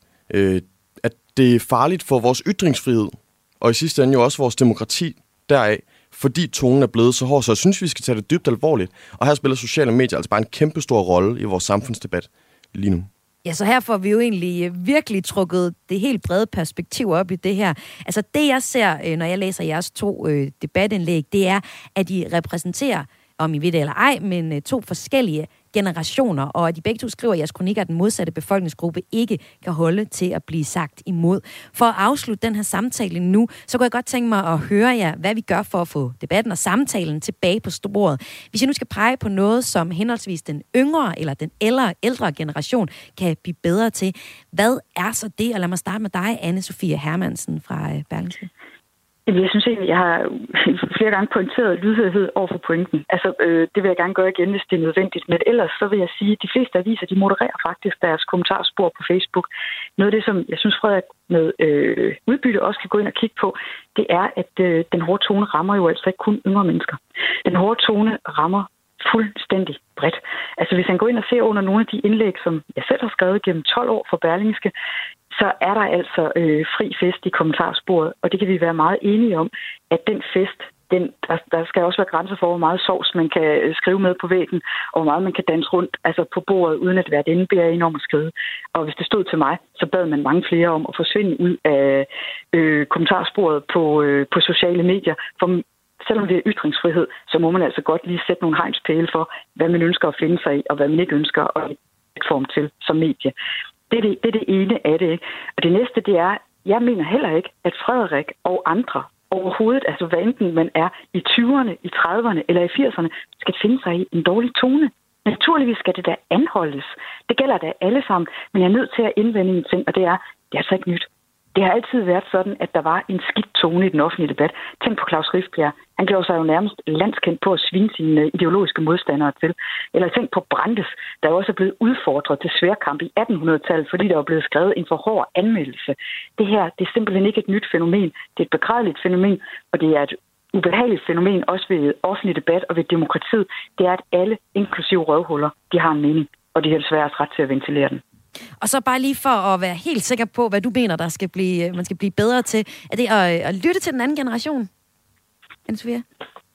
det er farligt for vores ytringsfrihed, og i sidste ende jo også vores demokrati deraf, fordi tonen er blevet så hård. Så jeg synes, vi skal tage det dybt alvorligt. Og her spiller sociale medier altså bare en kæmpestor rolle i vores samfundsdebat lige nu. Ja, så her får vi jo egentlig virkelig trukket det helt brede perspektiv op i det her. Altså det, jeg ser, når jeg læser jeres 2 debatindlæg, det er, at I repræsenterer, om I ved det eller ej, men 2 forskellige generationer, og at de begge 2 skriver i jeres kronikker, at den modsatte befolkningsgruppe ikke kan holde til at blive sagt imod. For at afslutte den her samtale nu, så kunne jeg godt tænke mig at høre jer, hvad vi gør for at få debatten og samtalen tilbage på sporet. Hvis jeg nu skal pege på noget, som henholdsvis den yngre eller den ældre generation kan blive bedre til, hvad er så det? Og lad mig starte med dig, Anne-Sophia Hermansen fra Berlingske. Jeg synes egentlig, jeg har flere gange pointeret lydhørhed over for pointen. Altså, det vil jeg gerne gøre igen, hvis det er nødvendigt. Men ellers så vil jeg sige, at de fleste aviser, de modererer faktisk deres kommentarspor på Facebook. Noget af det, som jeg synes, Frederik med udbytte også kan gå ind og kigge på, det er, at den hårde tone rammer jo altså ikke kun yngre mennesker. Den hårde tone rammer fuldstændig bredt. Altså, hvis han går ind og ser under nogle af de indlæg, som jeg selv har skrevet gennem 12 år for Berlingske, så er der altså fri fest i kommentarsporet, og det kan vi være meget enige om, at den fest, der skal også være grænser for, hvor meget sovs man kan skrive med på væggen, og hvor meget man kan danse rundt altså på bordet, uden at være den beder enormt at skrive. Og hvis det stod til mig, så bad man mange flere om at forsvinde ud af kommentarsporet på sociale medier, for selvom det er ytringsfrihed, så må man altså godt lige sætte nogle hegnspæle for, hvad man ønsker at finde sig i, og hvad man ikke ønsker at forme til som medie. Det er det ene af det, ikke? Og det næste, det er, jeg mener heller ikke, at Frederik og andre overhovedet, altså hvad enten man er i 20'erne, i 30'erne eller i 80'erne, skal finde sig i en dårlig tone. Naturligvis skal det da anholdes. Det gælder da alle sammen, men jeg er nødt til at indvende en ting, og det er altså ikke nyt. Det har altid været sådan, at der var en skidt tone i den offentlige debat. Tænk på Claus Riskbjerg. Han gjorde sig jo nærmest landskendt på at svine sine ideologiske modstandere til. Eller tænk på Brandes, der også er blevet udfordret til sværkamp i 1800-tallet, fordi der var blevet skrevet en for hård anmeldelse. Det her, det er simpelthen ikke et nyt fænomen. Det er et begrædeligt fænomen, og det er et ubehageligt fænomen også ved offentlig debat og ved demokratiet. Det er, at alle, inklusive røvhuller, de har en mening, og de har desværre ret til at ventilere den. Og så bare lige for at være helt sikker på, hvad du mener, man skal blive bedre til, er det at lytte til den anden generation? Anne-Sophia?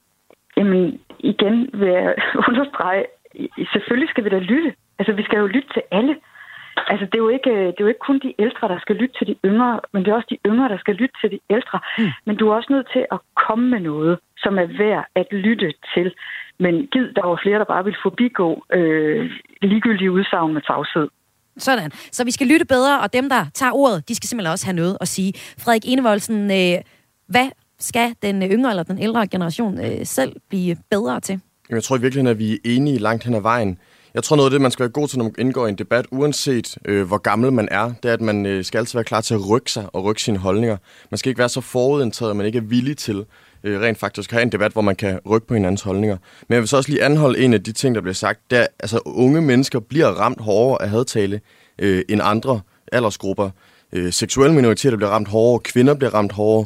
Jamen, igen vil jeg understrege, selvfølgelig skal vi da lytte. Altså, vi skal jo lytte til alle. Altså, det er jo ikke kun de ældre, der skal lytte til de yngre, men det er også de yngre, der skal lytte til de ældre. Men du er også nødt til at komme med noget, som er værd at lytte til. Men der var flere, der bare ville forbigå ligegyldige udsagn med tavshed. Sådan. Så vi skal lytte bedre, og dem, der tager ordet, de skal simpelthen også have noget at sige. Frederik Enevoldsen, hvad skal den yngre eller den ældre generation selv blive bedre til? Jeg tror i virkeligheden, at vi er enige langt hen ad vejen. Jeg tror noget af det, man skal være god til, når man indgår i en debat, uanset hvor gammel man er, det er, at man skal altid være klar til at rykke sig og rykke sine holdninger. Man skal ikke være så forudindtaget, at man ikke er villig til rent faktisk have en debat, hvor man kan rykke på hinandens holdninger. Men jeg vil så også lige anholde en af de ting, der bliver sagt. Det er, altså, unge mennesker bliver ramt hårdere af hadtale end andre aldersgrupper. Seksuelle minoriteter bliver ramt hårdere, kvinder bliver ramt hårdere.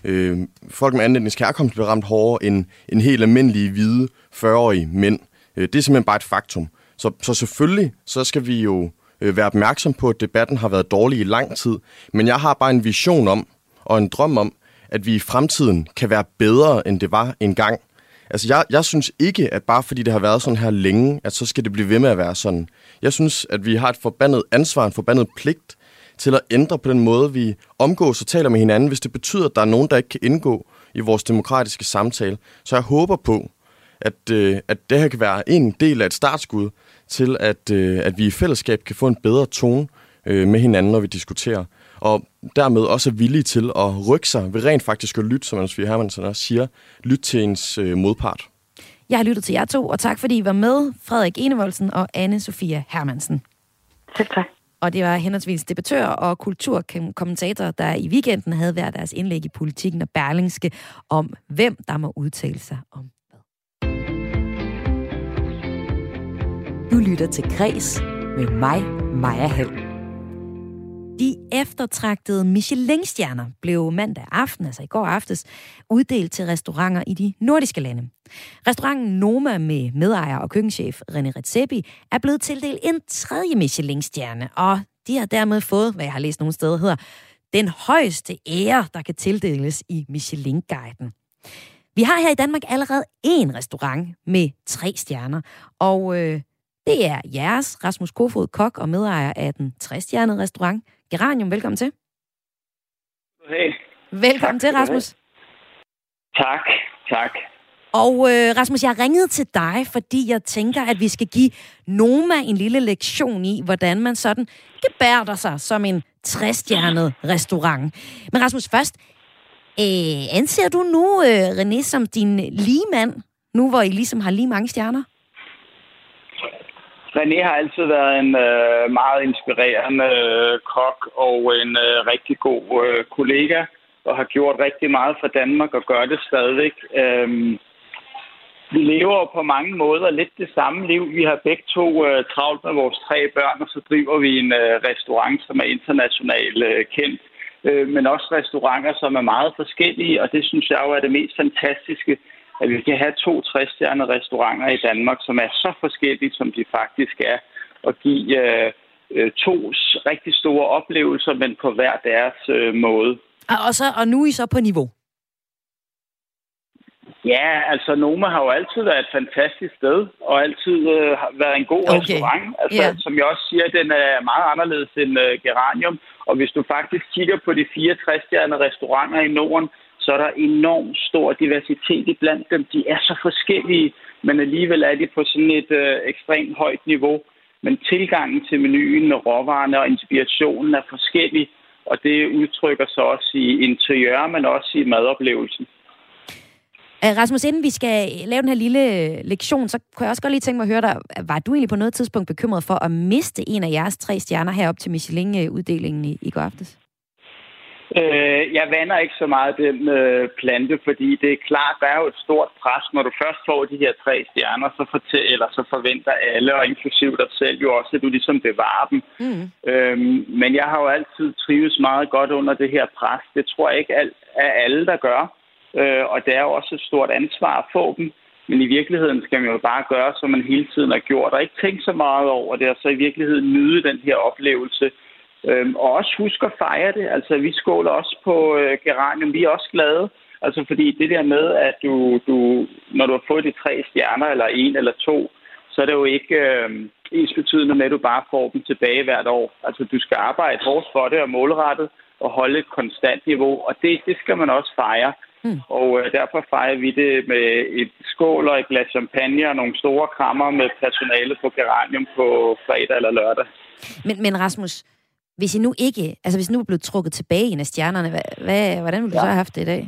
folk med anden etnisk herkomst bliver ramt hårdere end helt almindelige hvide 40-årige mænd. Det er simpelthen bare et faktum. Så selvfølgelig, så skal vi jo være opmærksom på, at debatten har været dårlig i lang tid. Men jeg har bare en vision om, og en drøm om, at vi i fremtiden kan være bedre, end det var engang. Altså, jeg synes ikke, at bare fordi det har været sådan her længe, at så skal det blive ved med at være sådan. Jeg synes, at vi har et forbandet ansvar, en forbandet pligt til at ændre på den måde, vi omgås og taler med hinanden, hvis det betyder, at der er nogen, der ikke kan indgå i vores demokratiske samtale. Så jeg håber på, at det her kan være en del af et startskud til, at vi i fællesskab kan få en bedre tone med hinanden, når vi diskuterer. Og dermed også er villige til at rykke sig ved rent faktisk at lytte, som Anne-Sophie Hermansen også siger, lytte til ens modpart. Jeg har lyttet til jer to, og tak fordi I var med, Frederik Enevoldsen og Anne-Sophie Hermansen. Selv tak. Og det var henholdsvis debattør og kulturkommentator, der i weekenden havde været deres indlæg i Politikken og Berlingske om, hvem der må udtale sig om hvad. Du lytter til Kres med mig, Maja Hall. De eftertragtede Michelin-stjerner blev mandag aften, altså i går aftes, uddelt til restauranter i de nordiske lande. Restauranten Noma med medejer og køkkenchef René Redzepi er blevet tildelt en tredje Michelin-stjerne, og de har dermed fået, hvad jeg har læst nogle steder hedder, den højeste ære, der kan tildeles i Michelin-guiden. Vi har her i Danmark allerede én restaurant med 3 stjerner, og det er jeres, Rasmus Kofod, kok og medejer af den 3-stjernede restaurant Geranium. Velkommen til. Hey. Velkommen til, Rasmus. Tak. Og Rasmus, jeg ringede til dig, fordi jeg tænker, at vi skal give Noma en lille lektion i, hvordan man sådan gebærder sig som en 3-stjernet restaurant. Men Rasmus, først, anser du nu René som din ligemand, nu hvor I ligesom har lige mange stjerner? René har altid været en meget inspirerende kok og en rigtig god kollega, og har gjort rigtig meget for Danmark og gør det stadigvæk. Vi lever på mange måder lidt det samme liv. Vi har begge to travlt med vores 3 børn, og så driver vi en restaurant, som er internationalt kendt, men også restauranter, som er meget forskellige, og det synes jeg jo er det mest fantastiske, at vi kan have 2 3-stjernede restauranter i Danmark, som er så forskellige, som de faktisk er, og give 2 rigtig store oplevelser, men på hver deres måde. Og nu er I så på niveau? Ja, altså Noma har jo altid været et fantastisk sted, og altid har været en god restaurant. Altså, som jeg også siger, den er meget anderledes end Geranium, og hvis du faktisk kigger på de 4 3-stjernede restauranter i Norden, så er der enormt stor diversitet iblandt dem. De er så forskellige, men alligevel er de på sådan et ekstremt højt niveau. Men tilgangen til menuen, råvarerne og inspirationen er forskellig, og det udtrykker sig også i interiør, men også i madoplevelsen. Rasmus, inden vi skal lave den her lille lektion, så kunne jeg også godt lige tænke mig at høre dig. Var du egentlig på noget tidspunkt bekymret for at miste en af jeres 3 stjerner herop til Michelin-uddelingen i går aftes? Jeg vander ikke så meget den plante, fordi det er klart, der er jo et stort pres. Når du først får de her 3 stjerner, så forventer alle, og inklusive dig selv jo også, at du ligesom bevarer dem. Men jeg har jo altid trives meget godt under det her pres. Det tror jeg ikke er alle, der gør. Og det er jo også et stort ansvar at få dem. Men i virkeligheden skal man jo bare gøre, som man hele tiden har gjort, og ikke tænke så meget over det, og så i virkeligheden nyde den her oplevelse. Og også husk at fejre det. Altså, vi skåler også på Geranium. Vi er også glade. Altså, fordi det der med, at du når du har fået de 3 stjerner, eller 1 eller 2, så er det jo ikke ensbetydende med, at du bare får dem tilbage hvert år. Altså, du skal arbejde hårdt for det og målrettet og holde et konstant niveau. Og det skal man også fejre. Og derfor fejrer vi det med et skål og et glas champagne og nogle store krammer med personale på Geranium på fredag eller lørdag. Men Rasmus, hvis I nu er blevet trukket tilbage en af stjernerne, hvordan ville du så have haft det i dag?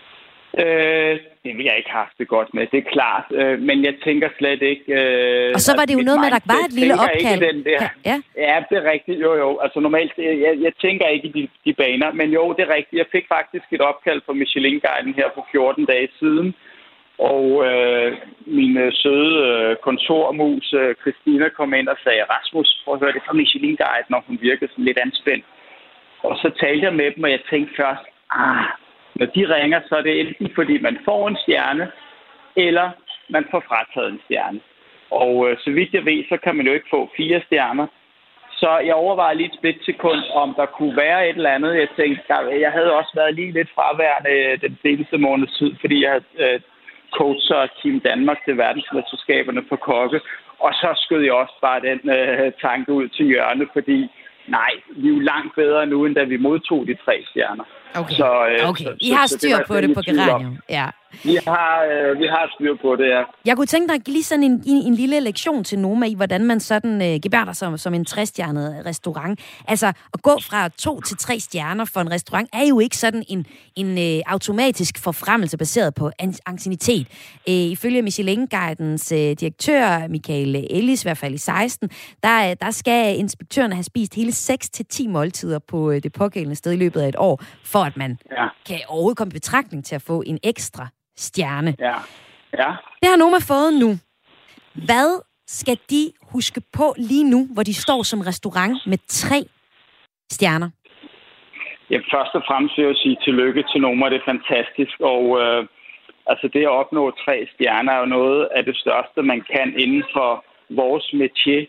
Det ville jeg ikke have haft det godt med, det er klart. Men jeg tænker slet ikke... og så var det jo noget med, at der var et lille opkald. Ja, det er rigtigt. Jo. Altså normalt, jeg tænker ikke i de baner, men jo, det er rigtigt. Jeg fik faktisk et opkald på Michelin-guiden her for 14 dage siden. Og min søde kontormus, Christina, kom ind og sagde, Rasmus, prøv at høre det fra Michelin-guiden, når hun virkede sådan lidt anspændt. Og så talte jeg med dem, og jeg tænkte først, Når de ringer, så er det enten fordi man får en stjerne, eller man får frataget en stjerne. Og så vidt jeg ved, så kan man jo ikke få 4 stjerner. Så jeg overvejede lige et splitsekund, om der kunne være et eller andet. Jeg tænkte, jeg havde også været lige lidt fraværende den seneste måneds tid, fordi jeg havde coacher Team Danmark til verdensmesterskaberne på kokke. Og så skød jeg også bare den tanke ud til hjørne, fordi nej, vi er jo langt bedre nu, end da vi modtog de 3 stjerner. Okay, I har styr på det på Geranium. Ja. Vi har styr på det, ja. Jeg kunne tænke dig lige sådan en lille lektion til Noma i, hvordan man sådan gebærder sig som en 3-stjernet restaurant. Altså, at gå fra 2 til 3 stjerner for en restaurant er jo ikke sådan en automatisk forfremmelse baseret på anciennitet. Ifølge Michelin-guidens direktør, Michael Ellis, i hvert fald i 16, der skal inspektørerne have spist hele 6-10 måltider på det pågældende sted i løbet af et år, for at man kan overhovedet komme i betragtning til at få en ekstra stjerne. Ja. Det har Noma fået nu. Hvad skal de huske på lige nu, hvor de står som restaurant med 3 stjerner? Ja, først og fremmest vil jeg sige tillykke til Noma. Det er fantastisk. Og det at opnå 3 stjerner er jo noget af det største, man kan inden for vores métier.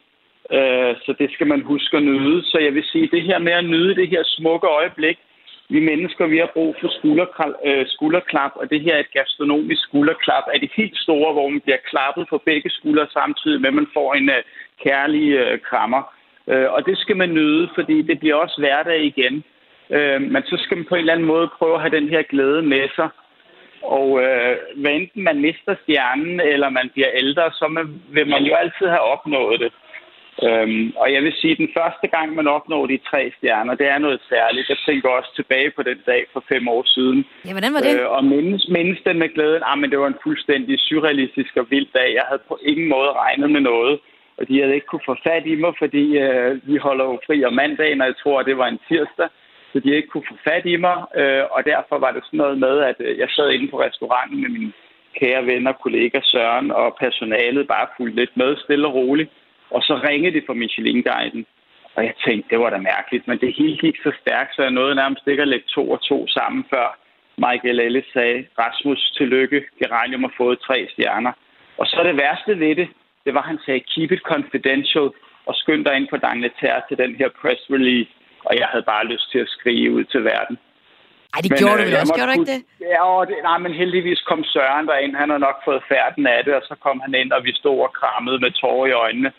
Så det skal man huske at nyde. Så jeg vil sige, det her med at nyde det her smukke øjeblik. Vi mennesker, vi har brug for skulderklap, og det her er et gastronomisk skulderklap af de helt store, hvor man bliver klappet på begge skuldre samtidig med, at man får en kærlig krammer. Og det skal man nyde, fordi det bliver også hverdag igen. Men så skal man på en eller anden måde prøve at have den her glæde med sig. Og hvad enten man mister stjernen, eller man bliver ældre, så vil man jo altid have opnået det. Og jeg vil sige, at den første gang, man opnår de 3 stjerner, det er noget særligt. Jeg tænker også tilbage på den dag for 5 år siden. Ja, hvordan var det? Og mindes den med glæden. Men det var en fuldstændig surrealistisk og vild dag. Jeg havde på ingen måde regnet med noget. Og de havde ikke kunne få fat i mig, fordi vi holder jo fri om mandagen, og jeg tror, det var en tirsdag. Så de ikke kunne få fat i mig. Og derfor var det sådan noget med, at jeg sad inde på restauranten med mine kære venner, kollegaer Søren, og personalet bare fulgte lidt med, stille og roligt. Og så ringede det fra Michelin-guiden. Og jeg tænkte, det var da mærkeligt. Men det hele gik så stærkt, så jeg nåede nærmest ikke at lægge 2 og 2 sammen, før Michael Ellis sagde, Rasmus, tillykke, Geranium har fået 3 stjerner. Og så det værste ved det var, han sagde, keep it confidential, og skynd dig ind på D'Angleterre til den her press release. Og jeg havde bare lyst til at skrige ud til verden. Ej, det gjorde du vel også, gjorde du ikke det? Ja, men heldigvis kom Søren derind. Han har nok fået færden af det, og så kom han ind, og vi stod og krammede med tårer i øjnene.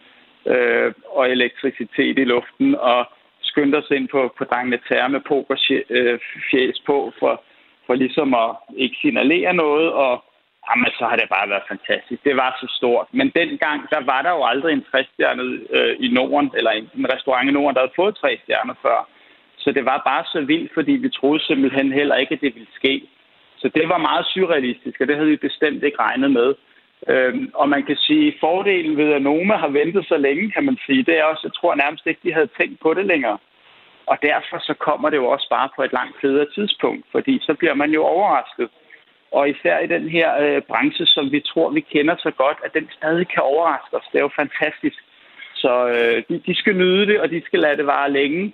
Og elektricitet i luften, og skyndte os ind på D'Angleterre med pokerfjæs på, for ligesom at ikke signalere noget, og så har det bare været fantastisk. Det var så stort. Men dengang, der var der jo aldrig en 3-stjernet i Norden, eller en restaurant i Norden, der havde fået 3 stjerner før. Så det var bare så vildt, fordi vi troede simpelthen heller ikke, at det ville ske. Så det var meget surrealistisk, og det havde vi bestemt ikke regnet med. Og man kan sige, at fordelen ved, at Noma har ventet så længe, kan man sige, det er også, jeg tror nærmest ikke, de havde tænkt på det længere. Og derfor så kommer det jo også bare på et langt federe tidspunkt, fordi så bliver man jo overrasket. Og især i den her branche, som vi tror, vi kender så godt, at den stadig kan overraske os. Det er jo fantastisk. Så de skal nyde det, og de skal lade det vare længe.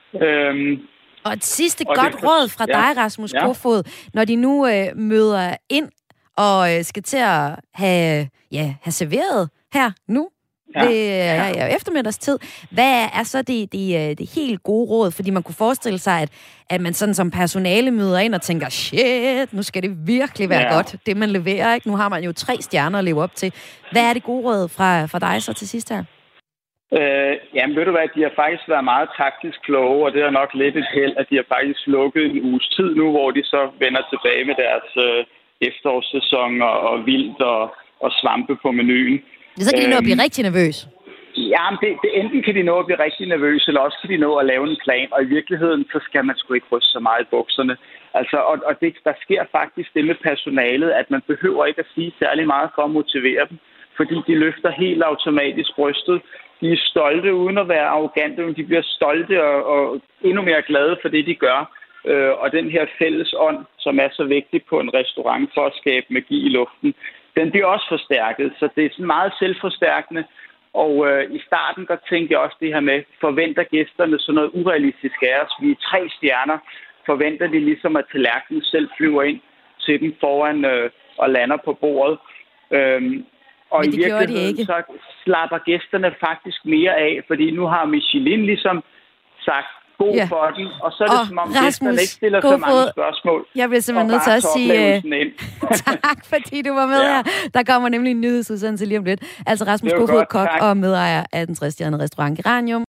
Og et sidste godt råd fra dig, Rasmus Kofoed, når de nu møder ind og skal til at have serveret her nu ved eftermiddagstid. Hvad er så det helt gode råd? Fordi man kunne forestille sig, at man sådan som personale møder ind og tænker, shit, nu skal det virkelig være godt, det man leverer, ikke? Nu har man jo 3 stjerner at leve op til. Hvad er det gode råd fra dig så til sidst her? Jamen ved du hvad, de har faktisk været meget taktisk kloge, og det er nok lidt et held, at de har faktisk lukket en uges tid nu, hvor de så vender tilbage med deres efterårssæson og vildt og svampe på menuen. Så kan de nå at blive rigtig nervøs. Ja, enten kan de nå at blive rigtig nervøse, eller også kan de nå at lave en plan, og i virkeligheden, så skal man sgu ikke ryste så meget i bukserne. Altså, og det, der sker faktisk det med personalet, at man behøver ikke at sige særlig meget for at motivere dem, fordi de løfter helt automatisk brystet. De er stolte uden at være arrogante, men de bliver stolte og endnu mere glade for det, de gør. Og den her fælles ånd, som er så vigtig på en restaurant for at skabe magi i luften, den bliver også forstærket. Så det er sådan meget selvforstærkende. Og i starten, der tænkte jeg også det her med, forventer gæsterne sådan noget urealistisk af os. Vi er 3 stjerner. forventer de ligesom, at tallerkenen selv flyver ind til dem foran og lander på bordet. Og i virkeligheden så slapper gæsterne faktisk mere af, fordi nu har Michelin ligesom sagt god for den, og så er det som om gæsterne ikke stiller så mange spørgsmål. Jeg bliver simpelthen nødt til at sige tak, fordi du var med her. Der kommer nemlig en nyhedsudsendelse lige om lidt. Altså Rasmus Kofod, kok og medejer af den 3-stjernede restaurant Geranium.